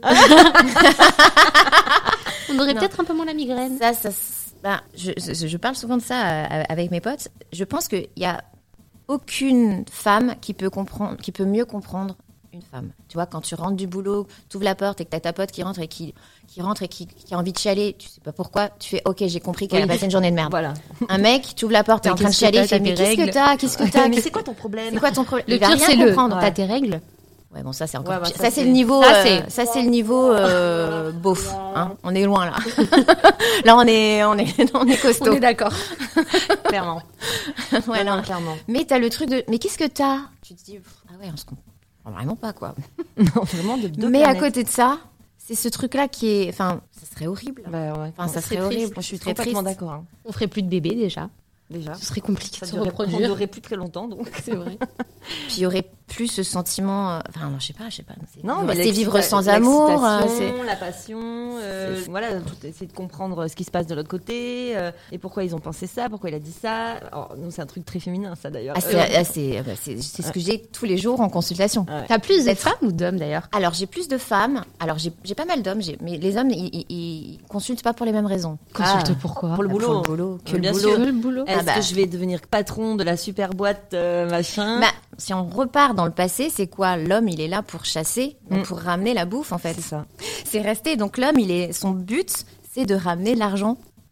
On aurait Non. peut-être un peu moins la migraine. Ça, ça, s- bah, je, je, je parle souvent de ça euh, avec mes potes. Je pense qu'il y a aucune femme qui peut comprendre, qui peut mieux comprendre une femme. Tu vois, quand tu rentres du boulot, tu ouvres la porte et que t'as ta pote qui rentre et qui, qui rentre et qui, qui a envie de chialer, tu sais pas pourquoi, tu fais OK, j'ai compris qu'elle Oui. a passé une journée de merde. Voilà. Un mec, tu ouvres la porte, t'es Mais en train de qu'est-ce que chialer, t'as, il fait t'as mais tes qu'est-ce que règles t'as, qu'est-ce que t'as, Mais qu'est-ce- c'est quoi ton problème ? c'est quoi ton problème Le Il va pire, rien c'est le. comprendre. T'as tes règles. Ouais, bon, ça c'est encore Ouais, bah, pire. ça, Ça, c'est c'est- le niveau. ça, euh, c'est- Ça c'est le niveau euh, beauf. Hein. On est loin là. Là on est, on est, on est costaud. On est d'accord. Clairement. Ouais, Non, non. non, clairement. Mais t'as le truc de. Mais qu'est-ce que t'as ? Tu te dis pff, ah ouais, on se comprend vraiment pas quoi. Non, vraiment de deux Mais à planètes. côté de ça, c'est ce truc-là qui est. Enfin, ça serait horrible. Bah ouais. Enfin, ça serait serait triste. horrible. Moi, je suis très complètement triste. d'accord. hein. On ferait plus de bébés déjà. Déjà. Ce serait compliqué Ça de se durerait, on reproduire. durerait plus très longtemps, donc. C'est vrai. Puis il y aurait plus ce sentiment. euh, Enfin, non, je sais pas, je sais pas. C'est, Non, mais c'est vivre l'excita- sans amour. euh, l'excitation, c'est... la passion, euh, voilà, tout, essayer de comprendre ce qui se passe de l'autre côté euh, et pourquoi ils ont pensé ça, pourquoi il a dit ça. Alors, nous, c'est un truc très féminin, ça d'ailleurs. Ah, c'est, Euh, ah, c'est, ah, bah, c'est, c'est ce que j'ai tous les jours en consultation. ouais. T'as plus de D'être- femmes ou d'hommes d'ailleurs? Alors j'ai plus de femmes. Alors j'ai, j'ai pas mal d'hommes, j'ai, mais les hommes ils, ils, ils consultent pas pour les mêmes raisons. Consulte Ah, pourquoi? pour le Ah, boulot. Pour le boulot. Que Ouais, le bien boulot. sûr. Que le boulot. Est-ce Ah bah. que je vais devenir patron de la super boîte euh, machin Bah, si on repart dans le passé, c'est quoi? L'homme, il est là pour chasser, donc Mm. pour ramener la bouffe, en fait. C'est ça. C'est resté. Donc l'homme, il est, son but, c'est de ramener de l'argent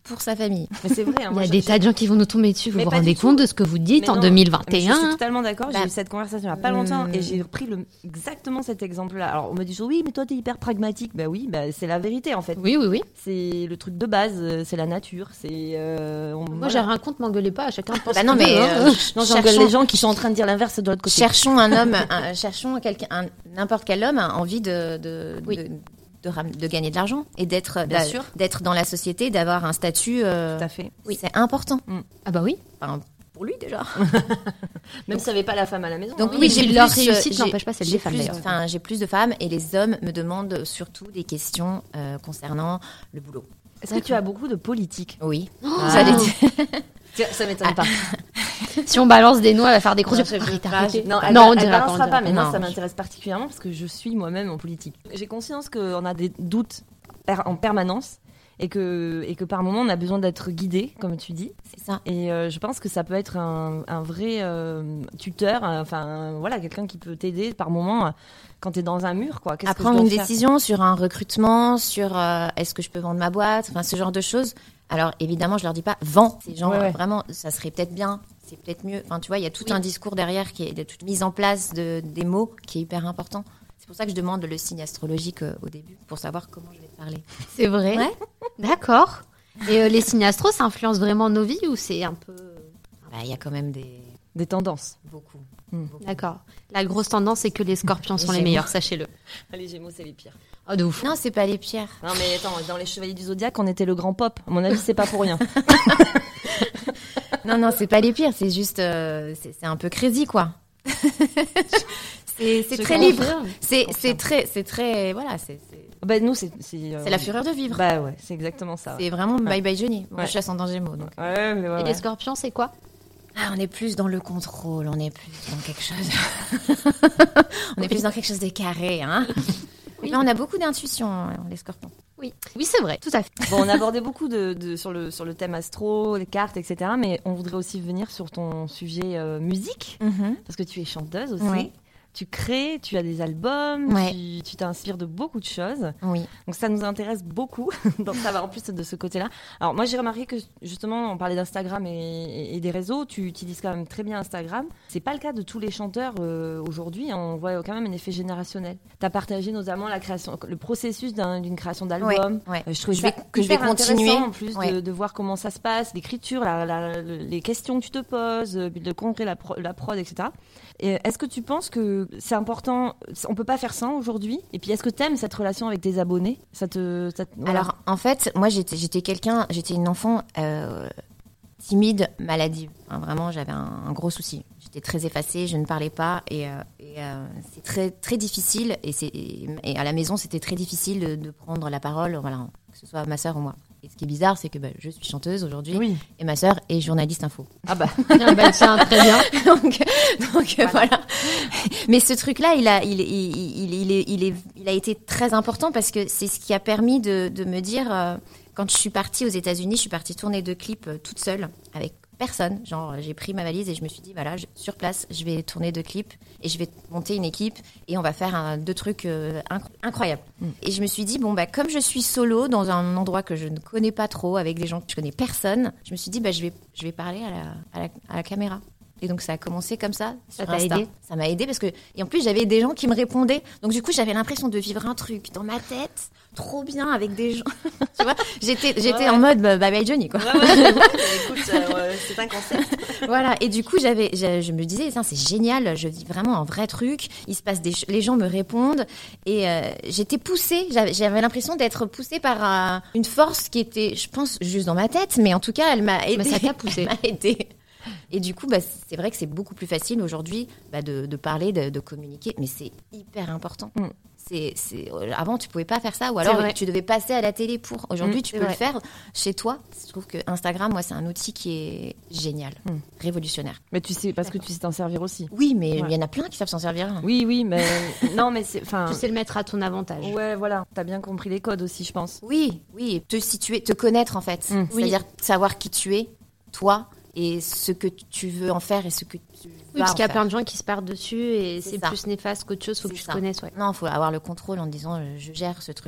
pour sa famille. Mais c'est vrai. Hein, Il y moi, a je- des je- tas de gens qui vont nous tomber dessus. Vous Mais vous pas rendez du compte tout. de ce que vous dites Mais en non, deux mille mais vingt et Je suis un? totalement d'accord. J'ai Bah, eu cette conversation il n'y a pas longtemps hmm. et j'ai repris le, exactement cet exemple-là. Alors, on me dit toujours, oui, mais toi, t'es hyper pragmatique. Bah oui, bah, c'est la vérité en fait. Oui, oui, oui. C'est le truc de base, euh, c'est la nature. C'est. euh, on- Moi, voilà. j'ai rien contre, m'engueulez pas. Chacun pense. Bah ce non, qu'il mais veut, euh, hein. Non, j'engueule cherchons- les gens qui sont en train de dire l'inverse de l'autre côté. Cherchons un homme, un- cherchons quelqu'un, un- n'importe quel homme a envie de, de, Oui. de, de, ram- de gagner de l'argent et d'être, Bien d'a- sûr. d'être dans la société, d'avoir un statut. euh, Tout à fait. oui, c'est important. Ah bah oui. Enfin, pour lui déjà. Même si avait pas la femme à la maison. Donc hein. oui, Et j'ai puis plus, leur euh, réussite j'ai- n'empêche pas celle j'ai des femmes, plus- d'ailleurs. Enfin, j'ai plus de femmes et les hommes me demandent surtout des questions euh, concernant le boulot. Est-ce que tu as beaucoup de politique? Oui. Ah. J'allais dire. Tiens, ça m'étonne pas. Si on balance des noix, elle va faire des gros Non, yeux. je veux Arrêtez, pas. arrêtez. Non, elle, Non, elle on dira pas, on balancera dira pas, mais moi Non. ça m'intéresse particulièrement parce que je suis moi-même en politique. J'ai conscience qu'on a des doutes per- en permanence et que, et que par moment on a besoin d'être guidé, comme tu dis. C'est ça. Et euh, je pense que ça peut être un, un vrai euh, tuteur, euh, enfin un- voilà, quelqu'un qui peut t'aider par moment euh, quand tu es dans un mur. Quoi. Qu'est-ce À que je prendre dois une faire décision sur un recrutement, sur euh, est-ce que je peux vendre ma boîte, enfin ce genre de choses. Alors évidemment, je leur dis pas vends. Ces gens, Ouais, ouais. euh, vraiment, ça serait peut-être bien, c'est peut-être mieux. Enfin, tu vois, il y a tout un discours derrière qui est de toute mise en place de, des mots qui est hyper important. C'est pour ça que je demande le signe astrologique euh, au début pour savoir comment je vais te parler. C'est vrai. Ouais. D'accord. Et euh, les signes astro, ça influence vraiment nos vies ou c'est un peu. Bah, il y a quand même des Des tendances. beaucoup. D'accord. La grosse tendance, c'est que les scorpions sont les Gémeaux. meilleurs, sachez-le. Les Gémeaux, c'est les pires. Oh, de ouf. Non, c'est pas les pierres. Non mais attends, dans les Chevaliers du Zodiaque, on était le grand pop. À mon avis, c'est pas pour rien. Non, non, c'est pas les pires. C'est juste, euh, c'est c'est un peu crazy, quoi. c'est c'est Je très confirme. libre. C'est confirme. c'est très, c'est très, voilà, c'est c'est Bah nous, c'est c'est, euh, c'est la fureur de vivre. Bah ouais, c'est exactement ça. Ouais, C'est vraiment bye bye Johnny. Moi, Ouais. je suis ascendant Gémeaux, donc. ouais, mais ouais, Et ouais. les scorpions, c'est quoi? Ah, on est plus dans le contrôle, on est plus dans quelque chose. on est plus dans quelque chose de carré, hein. Là, on a beaucoup d'intuition, hein, les scorpions. Oui. Oui, c'est vrai, tout à fait. Bon, on a abordé beaucoup de, de- sur, le, sur le thème astro, les cartes, et cetera. Mais on voudrait aussi venir sur ton sujet euh, musique, parce que tu es chanteuse aussi. Oui. Tu crées, tu as des albums, Ouais. tu tu t'inspires de beaucoup de choses. Oui. Donc ça nous intéresse beaucoup d'en savoir en plus de ce côté-là. Alors moi j'ai remarqué que justement on parlait d'Instagram et, et- et des réseaux, tu utilises quand même très bien Instagram. C'est pas le cas de tous les chanteurs euh, aujourd'hui, hein. On voit quand même un effet générationnel. Tu as partagé notamment la création, le processus d'un- d'une création d'album. Ouais, ouais. Euh, je trouve Je ça vais- que je vais hyper continuer. intéressant, en plus de, Ouais. de voir comment ça se passe, l'écriture, la- la- les questions que tu te poses, euh, de concret la, pro- la prod, et cetera. Et est-ce que tu penses que c'est important, on peut pas faire ça aujourd'hui? Et puis est-ce que tu aimes cette relation avec tes abonnés? Ça te, ça te- voilà. Alors, en fait, moi, j'étais, j'étais quelqu'un, j'étais une enfant euh, timide, maladive. Hein, vraiment, j'avais un, un gros souci. J'étais très effacée, je ne parlais pas, et, euh, et euh, c'est très très difficile. Et c'est et, et à la maison, c'était très difficile de, de prendre la parole, voilà, que ce soit ma sœur ou moi. Et ce qui est bizarre, c'est que bah, je suis chanteuse aujourd'hui, Oui. et ma sœur est journaliste info. Ah bah. Ah bah, tiens, très bien. donc, donc euh, voilà. Mais ce truc-là, il a, il, il, il, il, est, il, est, il a été très important parce que c'est ce qui a permis de, de me dire, euh, quand je suis partie aux États-Unis, je suis partie tourner deux clips euh, toute seule, avec personne. Genre, j'ai pris ma valise et je me suis dit, voilà, je- sur place, je vais tourner deux clips et je vais monter une équipe et on va faire un, deux trucs euh, inc- incroyables. Mm. Et je me suis dit, bon, bah, comme je suis solo dans un endroit que je ne connais pas trop, avec des gens que je connais personne, je me suis dit, bah, je vais, je vais parler à la, à la, à la caméra. Et donc ça a commencé comme ça. Ça sur t'a Insta. aidé? Ça m'a aidé parce que et en plus j'avais des gens qui me répondaient. Donc du coup j'avais l'impression de vivre un truc dans ma tête trop bien avec des gens. Tu vois, j'étais j'étais Ouais, en ouais. mode bah, bye bye Johnny quoi. Ouais, ouais, écoute, euh, c'est un concept. Voilà. Et du coup j'avais je, je me disais tiens, c'est génial. Je vis vraiment un vrai truc. Il se passe des ch- les gens me répondent et euh, j'étais poussée. J'avais, j'avais l'impression d'être poussée par euh, une force qui était je pense juste dans ma tête, mais en tout cas elle m'a aidée. Mais ça t'a poussée. Elle m'a aidée. Et du coup, bah, c'est vrai que c'est beaucoup plus facile aujourd'hui bah, de, de parler, de, de communiquer, mais c'est hyper important. Mm. C'est, c'est, avant, tu pouvais pas faire ça, ou C'est alors vrai. tu devais passer à la télé pour. Aujourd'hui, Mm, tu c'est peux vrai. le faire chez toi. Je trouve que Instagram, moi, c'est un outil qui est génial, Mm. révolutionnaire. Mais tu sais, parce que tu sais t'en servir aussi. Oui, mais il Ouais. y en a plein qui savent s'en servir. Oui, oui, mais non, mais c'est, enfin. Tu sais le mettre à ton avantage. Ouais, voilà. T'as bien compris les codes aussi, je pense. Oui, oui, te situer, te connaître en fait. Mm. C'est-à-dire savoir qui tu es, toi, et ce que tu veux en faire et ce que tu Oui, vas parce en qu'il y a faire. plein de gens qui se perdent dessus et C'est c'est ça. plus néfaste qu'autre chose, faut que C'est tu ça. te connaisses, ouais. Non, il faut avoir le contrôle en disant euh, je gère ce truc-là.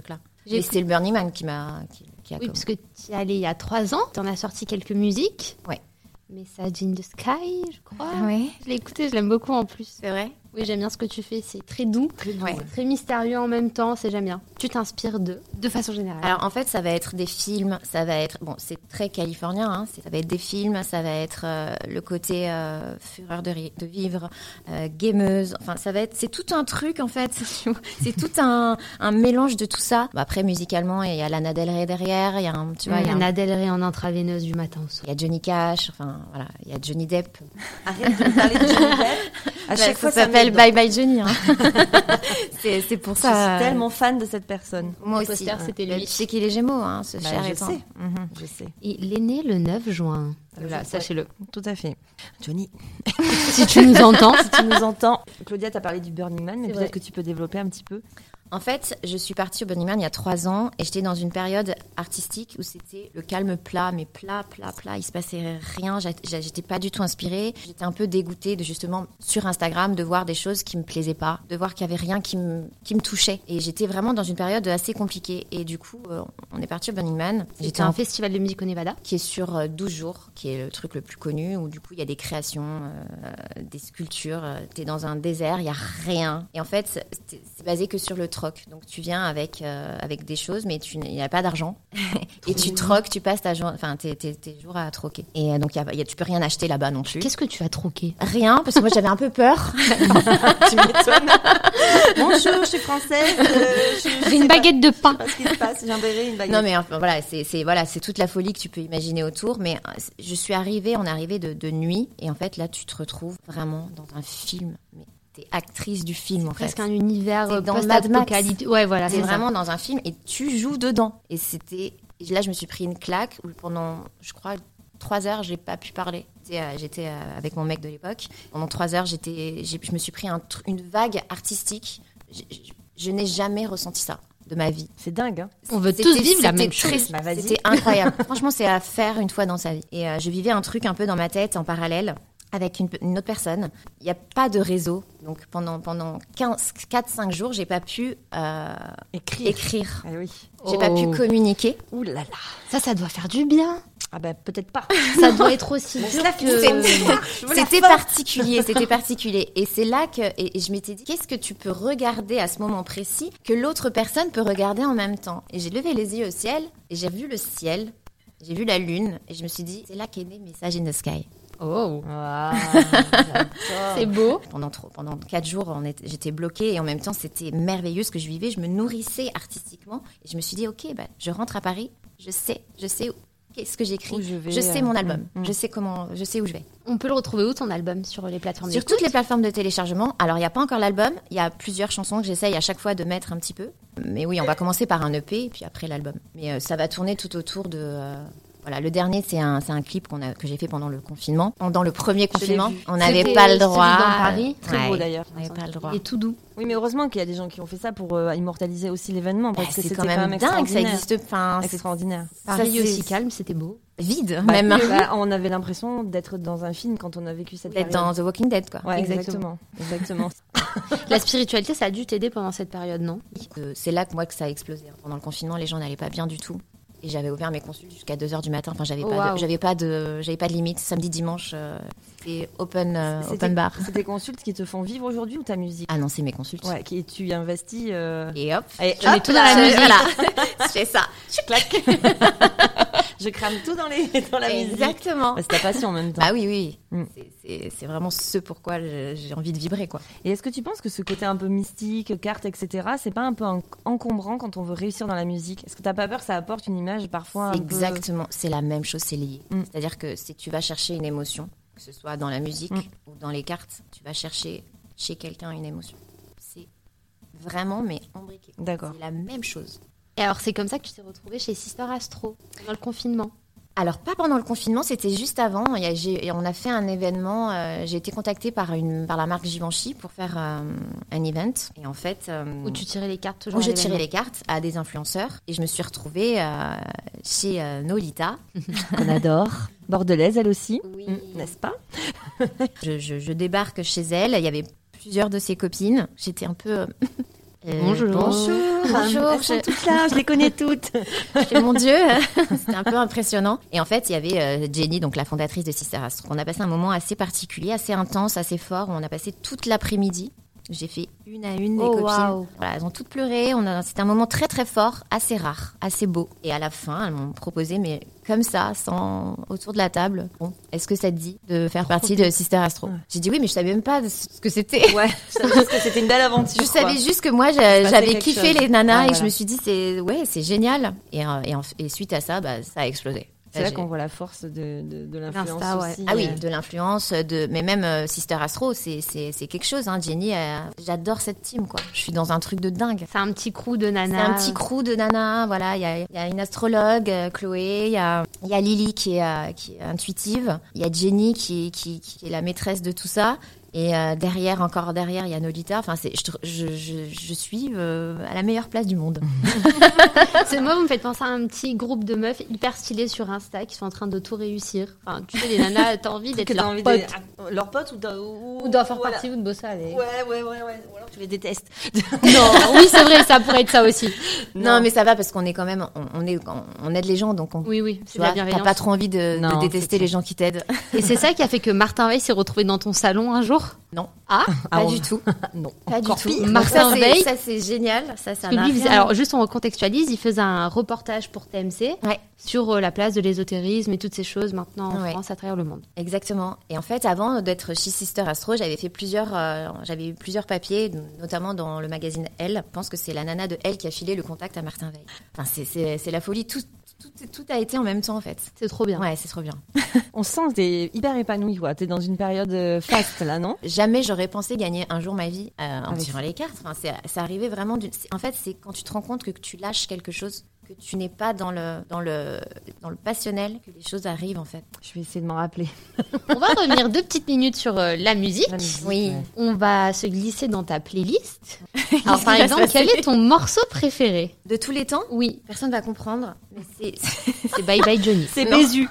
Et c'est le Burning Man qui m'a... Qui, qui a Oui, comme- parce que tu es allé il y a trois ans, tu en as sorti quelques musiques. Ouais. Message in the Sky, je crois. Ah ouais, Je l'ai écouté, je l'aime beaucoup en plus. c'est vrai. Oui, j'aime bien ce que tu fais, c'est très doux, Ouais. très mystérieux en même temps, c'est j'aime bien. Tu t'inspires de, de façon générale. Alors en fait, ça va être des films, ça va être bon, c'est très californien, hein, c'est- ça va être des films, ça va être euh, le côté euh, fureur de, ri- de vivre, euh, gameuse, enfin ça va être, c'est tout un truc en fait, tu vois. C'est tout un, un mélange de tout ça. Bon, après musicalement, il y a Lana Del Rey derrière, il y a un, tu vois, il y a un- Lana Del Rey en intraveineuse du matin au soir. il y a Johnny Cash, enfin voilà, il y a Johnny Depp. Arrête de me parler de Johnny Depp. À chaque Ouais, fois, ça ça s'appelle m'aide. Bye Bye Johnny. Hein. c'est, c'est pour Je ça. suis tellement fan de cette personne. Moi Le aussi. poster, c'était Mais lui. Tu sais qu'il est Gémeaux, hein, ce Bah, cher je étant. sais. Mhm. Je sais. Il est né le neuf juin. Voilà, Ouais. sachez-le. Tout à fait. Johnny, Si tu nous entends. si tu nous entends. Claudia, t'as parlé du Burning Man, mais C'est peut-être vrai. que tu peux développer un petit peu. En fait, je suis partie au Burning Man il y a trois ans et j'étais dans une période artistique où c'était le calme plat, mais plat, plat, plat. Il se passait rien. J'a- j'a- J'étais pas du tout inspirée. J'étais un peu dégoûtée de justement sur Instagram de voir des choses qui me plaisaient pas, de voir qu'il y avait rien qui me qui me touchait. Et j'étais vraiment dans une période assez compliquée. Et du coup, euh, on est parti au Burning Man. C'était J'étais un en festival de musique au Nevada. qui est sur euh, douze jours, qui est le truc le plus connu, où du coup il y a des créations, euh, des sculptures, euh, t'es dans un désert, il y a rien. Et en fait, c'est c'est basé que sur le troc. Donc tu viens avec, euh, avec des choses, mais tu- il n'y a pas d'argent. Et tu troques, tu passes ta jour, enfin, tes, tes, tes jours à troquer. Et euh, donc il y a, il y a- tu peux rien acheter là-bas non plus. Qu'est-ce que tu as troqué? Rien, parce que moi j'avais un peu peur. Tu m'étonnes. Bonjour, je suis française. euh, je, je J'ai sais une pas- baguette de pain. je sais pas ce qui se passe. J'ai un béret, une baguette. Non mais enfin, voilà, c'est c'est voilà, c'est toute la folie que tu peux imaginer autour. Mais euh, je suis arrivée, on est arrivé de, de nuit, et en fait là tu te retrouves vraiment dans un film. Mais t'es actrice du film en fait. Presque un univers T'es euh, dans Mad Max. post-apocalyptique. Ouais, voilà, T'es c'est ça. vraiment dans un film et tu joues dedans. Et c'était et là je me suis pris une claque où pendant je crois trois heures j'ai pas pu parler. J'étais, euh, J'étais euh, avec mon mec de l'époque. Pendant trois heures j'étais, j'ai- je me suis pris un tr- une vague artistique. Je, je- je n'ai jamais ressenti ça de ma vie. C'est dingue, hein. On veut C'était- tous vivre la c'était même très- chose. Bah, vas-y. C'était incroyable. Franchement, c'est à faire une fois dans sa vie. Et euh, je vivais un truc un peu dans ma tête en parallèle avec une, une autre personne. Il n'y a pas de réseau. Donc pendant, pendant quatre cinq jours, j'ai pas pu euh, Écrire. écrire. Ah oui. J'ai pas pu Oh. communiquer. Ouh là là. Ça, ça doit faire du bien. Ah bah peut-être pas. Ça doit être aussi dur que... C'était particulier, c'était particulier. Et c'est là que et, et je m'étais dit, qu'est-ce que tu peux regarder à ce moment précis que l'autre personne peut regarder en même temps? Et j'ai levé les yeux au ciel et j'ai vu le ciel, j'ai vu la lune et je me suis dit, c'est là qu'est né Message in the Sky. Oh, Ah, c'est beau. Pendant trop, pendant quatre jours, on était- j'étais bloquée et en même temps, c'était merveilleux ce que je vivais. Je me nourrissais artistiquement et je me suis dit, ok, bah, je rentre à Paris, je sais, je sais où- qu'est-ce que j'écris, Où je vais, sais euh, mon album, mm, mm. je sais comment, je sais où je vais. On peut le retrouver où ton album? Sur les plateformes Sur d'écoute? toutes les plateformes de téléchargement. Alors, il n'y a pas encore l'album. Il y a plusieurs chansons que j'essaye à chaque fois de mettre un petit peu. Mais oui, on va commencer par un E P et puis après l'album. Mais euh, ça va tourner tout autour de... euh, voilà, le dernier, c'est un, c'est un clip qu'on a, que j'ai fait pendant le confinement. Pendant le premier confinement, vu. on n'avait C'était pas le celui droit. dans Paris. Très beau, d'ailleurs. On n'avait pas le droit. Il est tout doux. Oui, mais heureusement qu'il y a des gens qui ont fait ça pour euh, immortaliser aussi l'événement. Bah, Parce que c'est c'était quand même, dingue, ça extraordinaire. existe. Enfin, c'est Extraordinaire. Paris c'est- aussi calme, c'était beau. vide, Bah, même. bah, on avait l'impression d'être dans un film quand on a vécu cette D'être période. dans The Walking Dead, quoi. Ouais, exactement. Exactement. La spiritualité, ça a dû t'aider pendant cette période, non? Euh, C'est là que moi que ça a explosé. Pendant le confinement, les gens n'allaient pas bien du tout. Et j'avais ouvert mes consultes jusqu'à deux heures du matin. Enfin, j'avais Oh, pas, wow. de, j'avais pas de, j'avais pas de limite. Samedi, dimanche, euh, c'était open, euh, C'était- open bar. C'est tes consultes qui te font vivre aujourd'hui ou ta musique? Ah non, c'est mes consultes. Ouais, qui tu investis. euh, Et hop, Et Je mets hop tout là, dans la je- musique. voilà, je fais ça. Je claque. Je crame tout dans, les, dans la musique. Exactement. Bah, c'est ta passion en même temps. Bah oui, oui. Mm. C'est- C'est c'est vraiment ce pourquoi je- j'ai envie de vibrer, quoi. Et est-ce que tu penses que ce côté un peu mystique, carte, et cetera, c'est pas un peu en- encombrant quand on veut réussir dans la musique? Est-ce que t'as pas peur que ça apporte une image parfois un C'est peu... exactement, c'est la même chose, c'est lié. Mm. C'est-à-dire que si tu vas chercher une émotion, que ce soit dans la musique Mm. ou dans les cartes, tu vas chercher chez quelqu'un une émotion. C'est vraiment, mais embriqué. D'accord. C'est la même chose. Et alors, c'est comme ça que tu t'es retrouvée chez Sister Astro, pendant le confinement. Alors, pas pendant le confinement, c'était juste avant. Il y a- j'ai- on a fait un événement. euh, j'ai été contactée par, une, par la marque Givenchy pour faire euh, un event. Et en fait, euh, Où tu tirais les cartes toujours où à je tirais l'événement. les cartes à des influenceurs. Et je me suis retrouvée euh, chez euh, Nolita. On adore. Bordelaise, elle aussi. Oui. Mm, n'est-ce pas? Je, je- je débarque chez elle. Il y avait plusieurs de ses copines. J'étais un peu... euh, Euh, bonjour. Bonjour. Bonjour. Elles sont toutes là, je les connais toutes. Et mon Dieu, c'était un peu impressionnant. Et en fait, il y avait euh, Jenny, donc la fondatrice de Sister Astro. On a passé un moment assez particulier, assez intense, assez fort. Où on a passé toute l'après-midi. J'ai fait une à une les Oh, copines. wow. Voilà, elles ont toutes pleuré. On a, c'était un moment très très fort, assez rare, assez beau. Et à la fin, elles m'ont proposé, mais comme ça, sans autour de la table. Bon, est-ce que ça te dit de faire partie de Sister Astro? Ouais. J'ai dit oui, mais je savais même pas ce que c'était. Ouais, je savais juste que c'était une belle aventure. Je quoi. savais juste que moi, j'a- passait j'avais quelque kiffé chose. les nanas Ah, et que voilà. je me suis dit, c'est ouais, c'est génial. Et, euh, et, en- et suite à ça, bah, ça a explosé. C'est là J'ai- qu'on voit la force de, de, de l'influence L'Insta, ouais. aussi. Ah oui, euh. de l'influence, de mais même euh, Sister Astro, c'est c'est c'est quelque chose. Hein. Jenny, euh, j'adore cette team quoi. Je suis dans un truc de dingue. C'est un petit crew de C'est nana. un petit crew de nanas, voilà. Il y a, il y a une astrologue, euh, Chloé. Il y a, il y a Lily qui est, euh, qui est intuitive. Il y a Jenny qui, qui, qui est la maîtresse de tout ça. Et euh, derrière, encore derrière, il y a Nolita. Enfin, c'est, je, je, je, je suis euh, à la meilleure place du monde. C'est moi, vous me faites penser à un petit groupe de meufs hyper stylées sur Insta qui sont en train de tout réussir. Enfin, tu sais, les nanas, t'as envie d'être Que t'as leur envie pote. de... ah, leur pote ou, d'un- ou, Ou d'en faire voilà. partie ou de bosser avec. Ouais, ouais, ouais, ouais. Ou alors tu les détestes. Non, oui, c'est vrai, ça pourrait être ça aussi. Non, mais ça va parce qu'on est quand même, on, on est, on, on aide les gens, donc on, Oui, oui, tu c'est de la vois, t'as bienveillance. pas trop envie de, de Non, détester c'est les clair. gens qui t'aident. Et c'est ça qui a fait que Martin Veil s'est retrouvé dans ton salon un jour. Non, Ah, pas Ah, du on- tout. Non. Pas du Encore tout. pire. Donc Martin ça, c'est- Veil. ça c'est génial. Ça, ça parce que n'a lui, il faisait- rien- alors juste on recontextualise, il faisait un reportage pour T M C Ouais. sur euh, la place de l'ésotérisme et toutes ces choses maintenant en Ouais. France à travers le monde. Exactement. Et en fait, avant d'être chez Sister Astro, j'avais fait plusieurs, euh, j'avais eu plusieurs papiers, notamment dans le magazine Elle. Je pense que c'est la nana de Elle qui a filé le contact à Martin Veil. Enfin, c'est, c'est, c'est la folie. Tout, tout, tout a été en même temps, en fait. C'est trop bien. Ouais, c'est trop bien. On sent que t'es hyper épanouie, quoi. T'es dans une période euh, faste, là, non? Jamais j'aurais pensé gagner un jour ma vie euh, en Avec tirant les cartes. Enfin, c'est, c'est arrivé vraiment d'une... c'est- En fait, c'est quand tu te rends compte que tu lâches quelque chose, que tu n'es pas dans le, dans le, dans le passionnel, que les choses arrivent, en fait. Je vais essayer de m'en rappeler. On va revenir deux petites minutes sur euh, la musique. La musique, Oui. ouais. On va se glisser dans ta playlist. Alors qui par va se exemple, passer quel est ton morceau préféré? De tous les temps, Oui, personne va comprendre, mais c'est... c'est Bye Bye Johnny. C'est Non. Bézu.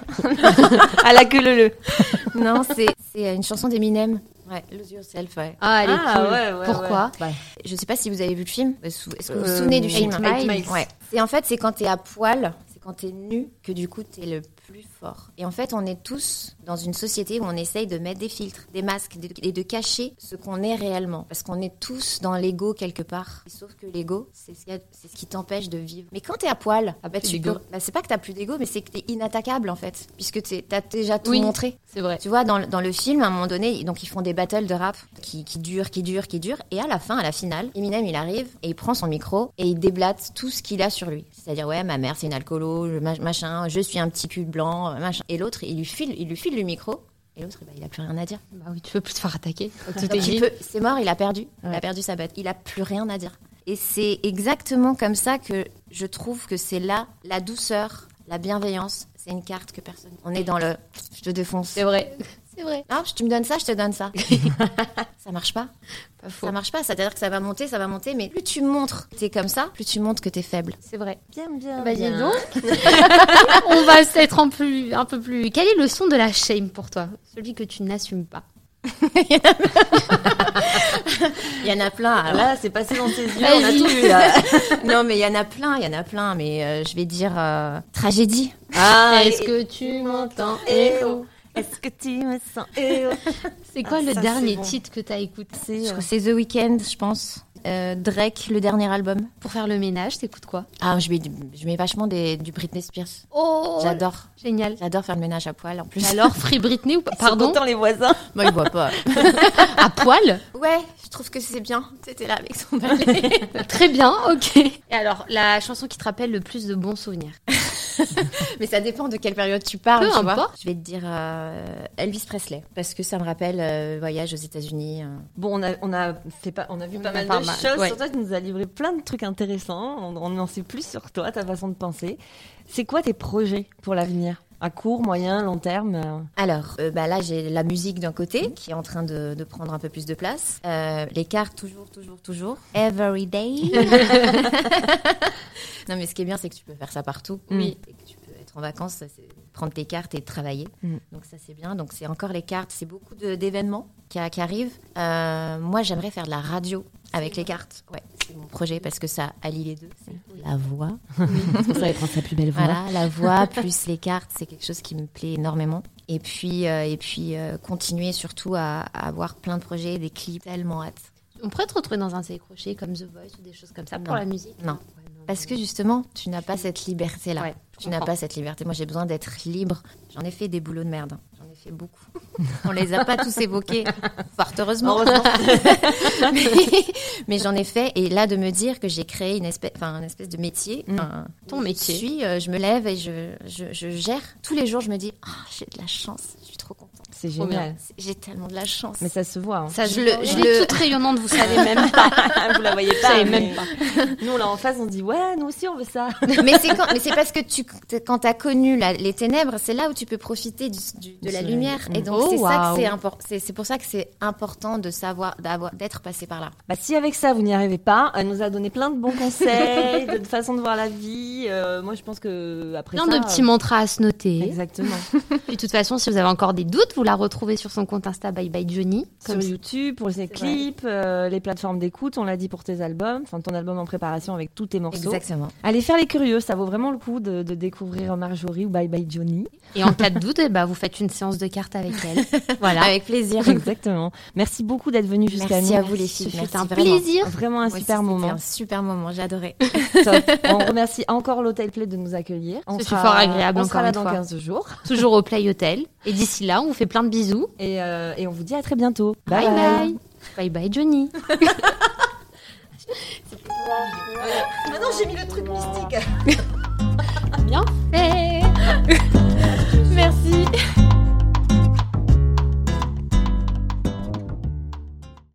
À la queue leu. Non, c'est, c'est une chanson d'Eminem. Ouais, Lose Yourself, ouais. Ah, elle est Ah, cool. ouais, ouais, Pourquoi? ouais. Je sais pas si vous avez vu le film. Est-ce que vous vous Euh, souvenez du film Eight Miles. Eight Miles. Ouais. C'est en fait, c'est quand t'es à poil, c'est quand t'es nu que du coup t'es le plus fort. Et en fait, on est tous dans une société où on essaye de mettre des filtres, des masques de- et de cacher ce qu'on est réellement. Parce qu'on est tous dans l'ego quelque part. Et sauf que l'ego, c'est ce, qui a- c'est ce qui t'empêche de vivre. Mais quand t'es à poil, ah bah, plus tu d'ego. peux, bah, c'est pas que t'as plus d'ego, mais c'est que t'es inattaquable en fait. Puisque t'es- t'as déjà tout Oui. montré. C'est vrai. Tu vois, dans, le- dans le film, à un moment donné, donc ils font des battles de rap qui, qui durent, qui durent, qui durent. Et à la fin, à la finale, Eminem, il arrive et il prend son micro et il déblate tout ce qu'il a sur lui. C'est-à-dire, ouais, ma mère, c'est une alcoolo, je- ma- machin, je suis un petit cul blanc, machin. Et l'autre, il lui file, il lui file le micro. Et l'autre, bah, il a plus rien à dire. Bah oui, tu peux plus te faire attaquer. Tout Donc, est il dit. peut- c'est mort, il a perdu. Il Ouais. a perdu sa batte. Il a plus rien à dire. Et c'est exactement comme ça que je trouve que c'est là la douceur, la bienveillance. C'est une carte que personne. On est dans le. Je te défonce. C'est vrai. C'est vrai. Ah, tu me donnes ça, je te donne ça. Ça marche pas. Pas faux. Ça marche pas. C'est-à-dire que ça va monter, ça va monter, mais plus tu montres que t'es comme ça, plus tu montres que t'es faible. C'est vrai. Bien, bien. Bah dis bien. donc. On va être un, plus, un peu plus... Quel est le son de la shame pour toi? Celui que tu n'assumes pas. Il y en a plein. alors. Là, c'est passé dans tes yeux, on a Vas-y. tout vu, là. Non, mais il y en a plein, il y en a plein. Mais euh, je vais dire euh, tragédie. Ah, Est-ce que tu m'entends? Eh oh. Est-ce que tu me sens? Eh oh. C'est quoi Ah, le ça, dernier c'est bon. titre que t'as écouté? C'est, Je euh, crois que c'est The Weeknd, je pense. Euh, Drake, le dernier album. Pour faire le ménage, t'écoutes quoi? Ah, je mets, du- je mets vachement des, du Britney Spears. Oh, J'adore. génial. J'adore faire le ménage à poil en plus. Alors, Free Britney ou pas? Ils sont Pardon? contents, les voisins. Moi, il voit pas. À poil? Ouais, je trouve que c'est bien. T'étais là avec son balai. Très bien, ok. Et alors, la chanson qui te rappelle le plus de bons souvenirs? Mais ça dépend de quelle période tu parles, Peu tu vois. importe. Je vais te dire euh, Elvis Presley parce que ça me rappelle euh, voyage aux États-Unis. euh. Bon, on a, on a fait pas, on a vu On pas a mal pas de mal, choses. ouais. Sur toi, tu nous as livré plein de trucs intéressants. On, on en sait plus sur toi, ta façon de penser. C'est quoi tes projets pour l'avenir? À court, moyen, long terme euh, Alors, euh, bah là, j'ai la musique d'un côté qui est en train de, de prendre un peu plus de place. Euh, les cartes, toujours, toujours, toujours. Every day. Non, mais ce qui est bien, c'est que tu peux faire ça partout. Oui. Et que tu peux être en vacances, ça, c'est prendre tes cartes et travailler. Mm. Donc ça, c'est bien. Donc c'est encore les cartes. C'est beaucoup de- d'événements qui, a- qui arrivent. Euh, moi, j'aimerais faire de la radio avec les cartes. Ouais. c'est mon projet parce que ça allie les deux. C'est la voix. C'est pour ça être sa plus belle voix. Voilà, la voix plus les cartes, c'est quelque chose qui me plaît énormément. Et puis, euh, et puis euh, continuer surtout à, à avoir plein de projets, des clips, tellement hâte. On pourrait te retrouver dans un C crochet comme The Voice ou des choses comme ça pour Non. la musique. Non. Parce que justement, tu n'as pas cette liberté-là. Ouais, je tu n'as comprends. pas cette liberté. Moi, j'ai besoin d'être libre. J'en ai fait des boulots de merde. J'en ai fait beaucoup. On les a pas tous évoqués, fort heureusement. mais mais j'en ai fait. Et là, de me dire que j'ai créé une espèce, enfin, une espèce de métier. Mm. Enfin, Ton métier. Je suis, euh, je me lève et je, je, je gère. Tous les jours, je me dis, oh, j'ai de la chance. Je suis trop contente. C'est Trop bien. génial. C'est- J'ai tellement de la chance. Mais ça se voit. Hein. Ça, je Je le, le- je je l'ai le- toute rayonnante, vous savez même pas. Vous la voyez pas, pas, mais- même pas. Nous, là, en face, on dit, ouais, nous aussi, on veut ça. mais c'est quand, mais c'est parce que tu, quand t'as connu la- les ténèbres, c'est là où tu peux profiter du, du- de Du la soleil. lumière. Et donc Oh, c'est ça waouh. que c'est important. C'est, c'est pour ça que c'est important de savoir, d'avoir, d'être passé par là. Bah, si avec ça, vous n'y arrivez pas, elle nous a donné plein de bons conseils, de, de façon de voir la vie. Euh, moi, je pense que après Plein ça... de petits mantras à se noter. Exactement. Puis de toute façon, si vous avez encore des doutes, vous la retrouvez sur son compte Insta Bye Bye Johnny. Sur Comme ça. YouTube, pour ses clips, euh, les plateformes d'écoute, on l'a dit pour tes albums, enfin ton album en préparation avec tous tes morceaux. Exactement. Allez faire les curieux, ça vaut vraiment le coup de, de découvrir Marjorie ou Bye Bye Johnny. Et en cas de doute, eh ben, vous faites une séance de cartes avec elle. Voilà. Avec plaisir. Exactement. Merci beaucoup d'être venue jusqu'à Merci nous. à vous les filles. Ce Merci fut un vraiment. plaisir. Vraiment un Moi aussi, super c'était moment. un super moment. J'ai adoré. Top. On remercie encore l'Hôtel Play de nous accueillir. On Ce fut sera- fort agréable, on encore sera là une dans fois. quinze jours. Toujours au Play Hotel. Et d'ici là, on vous fait plein de bisous. Et, euh, et on vous dit à très bientôt. Bye bye. Bye bye Johnny. Maintenant j'ai mis le truc mystique.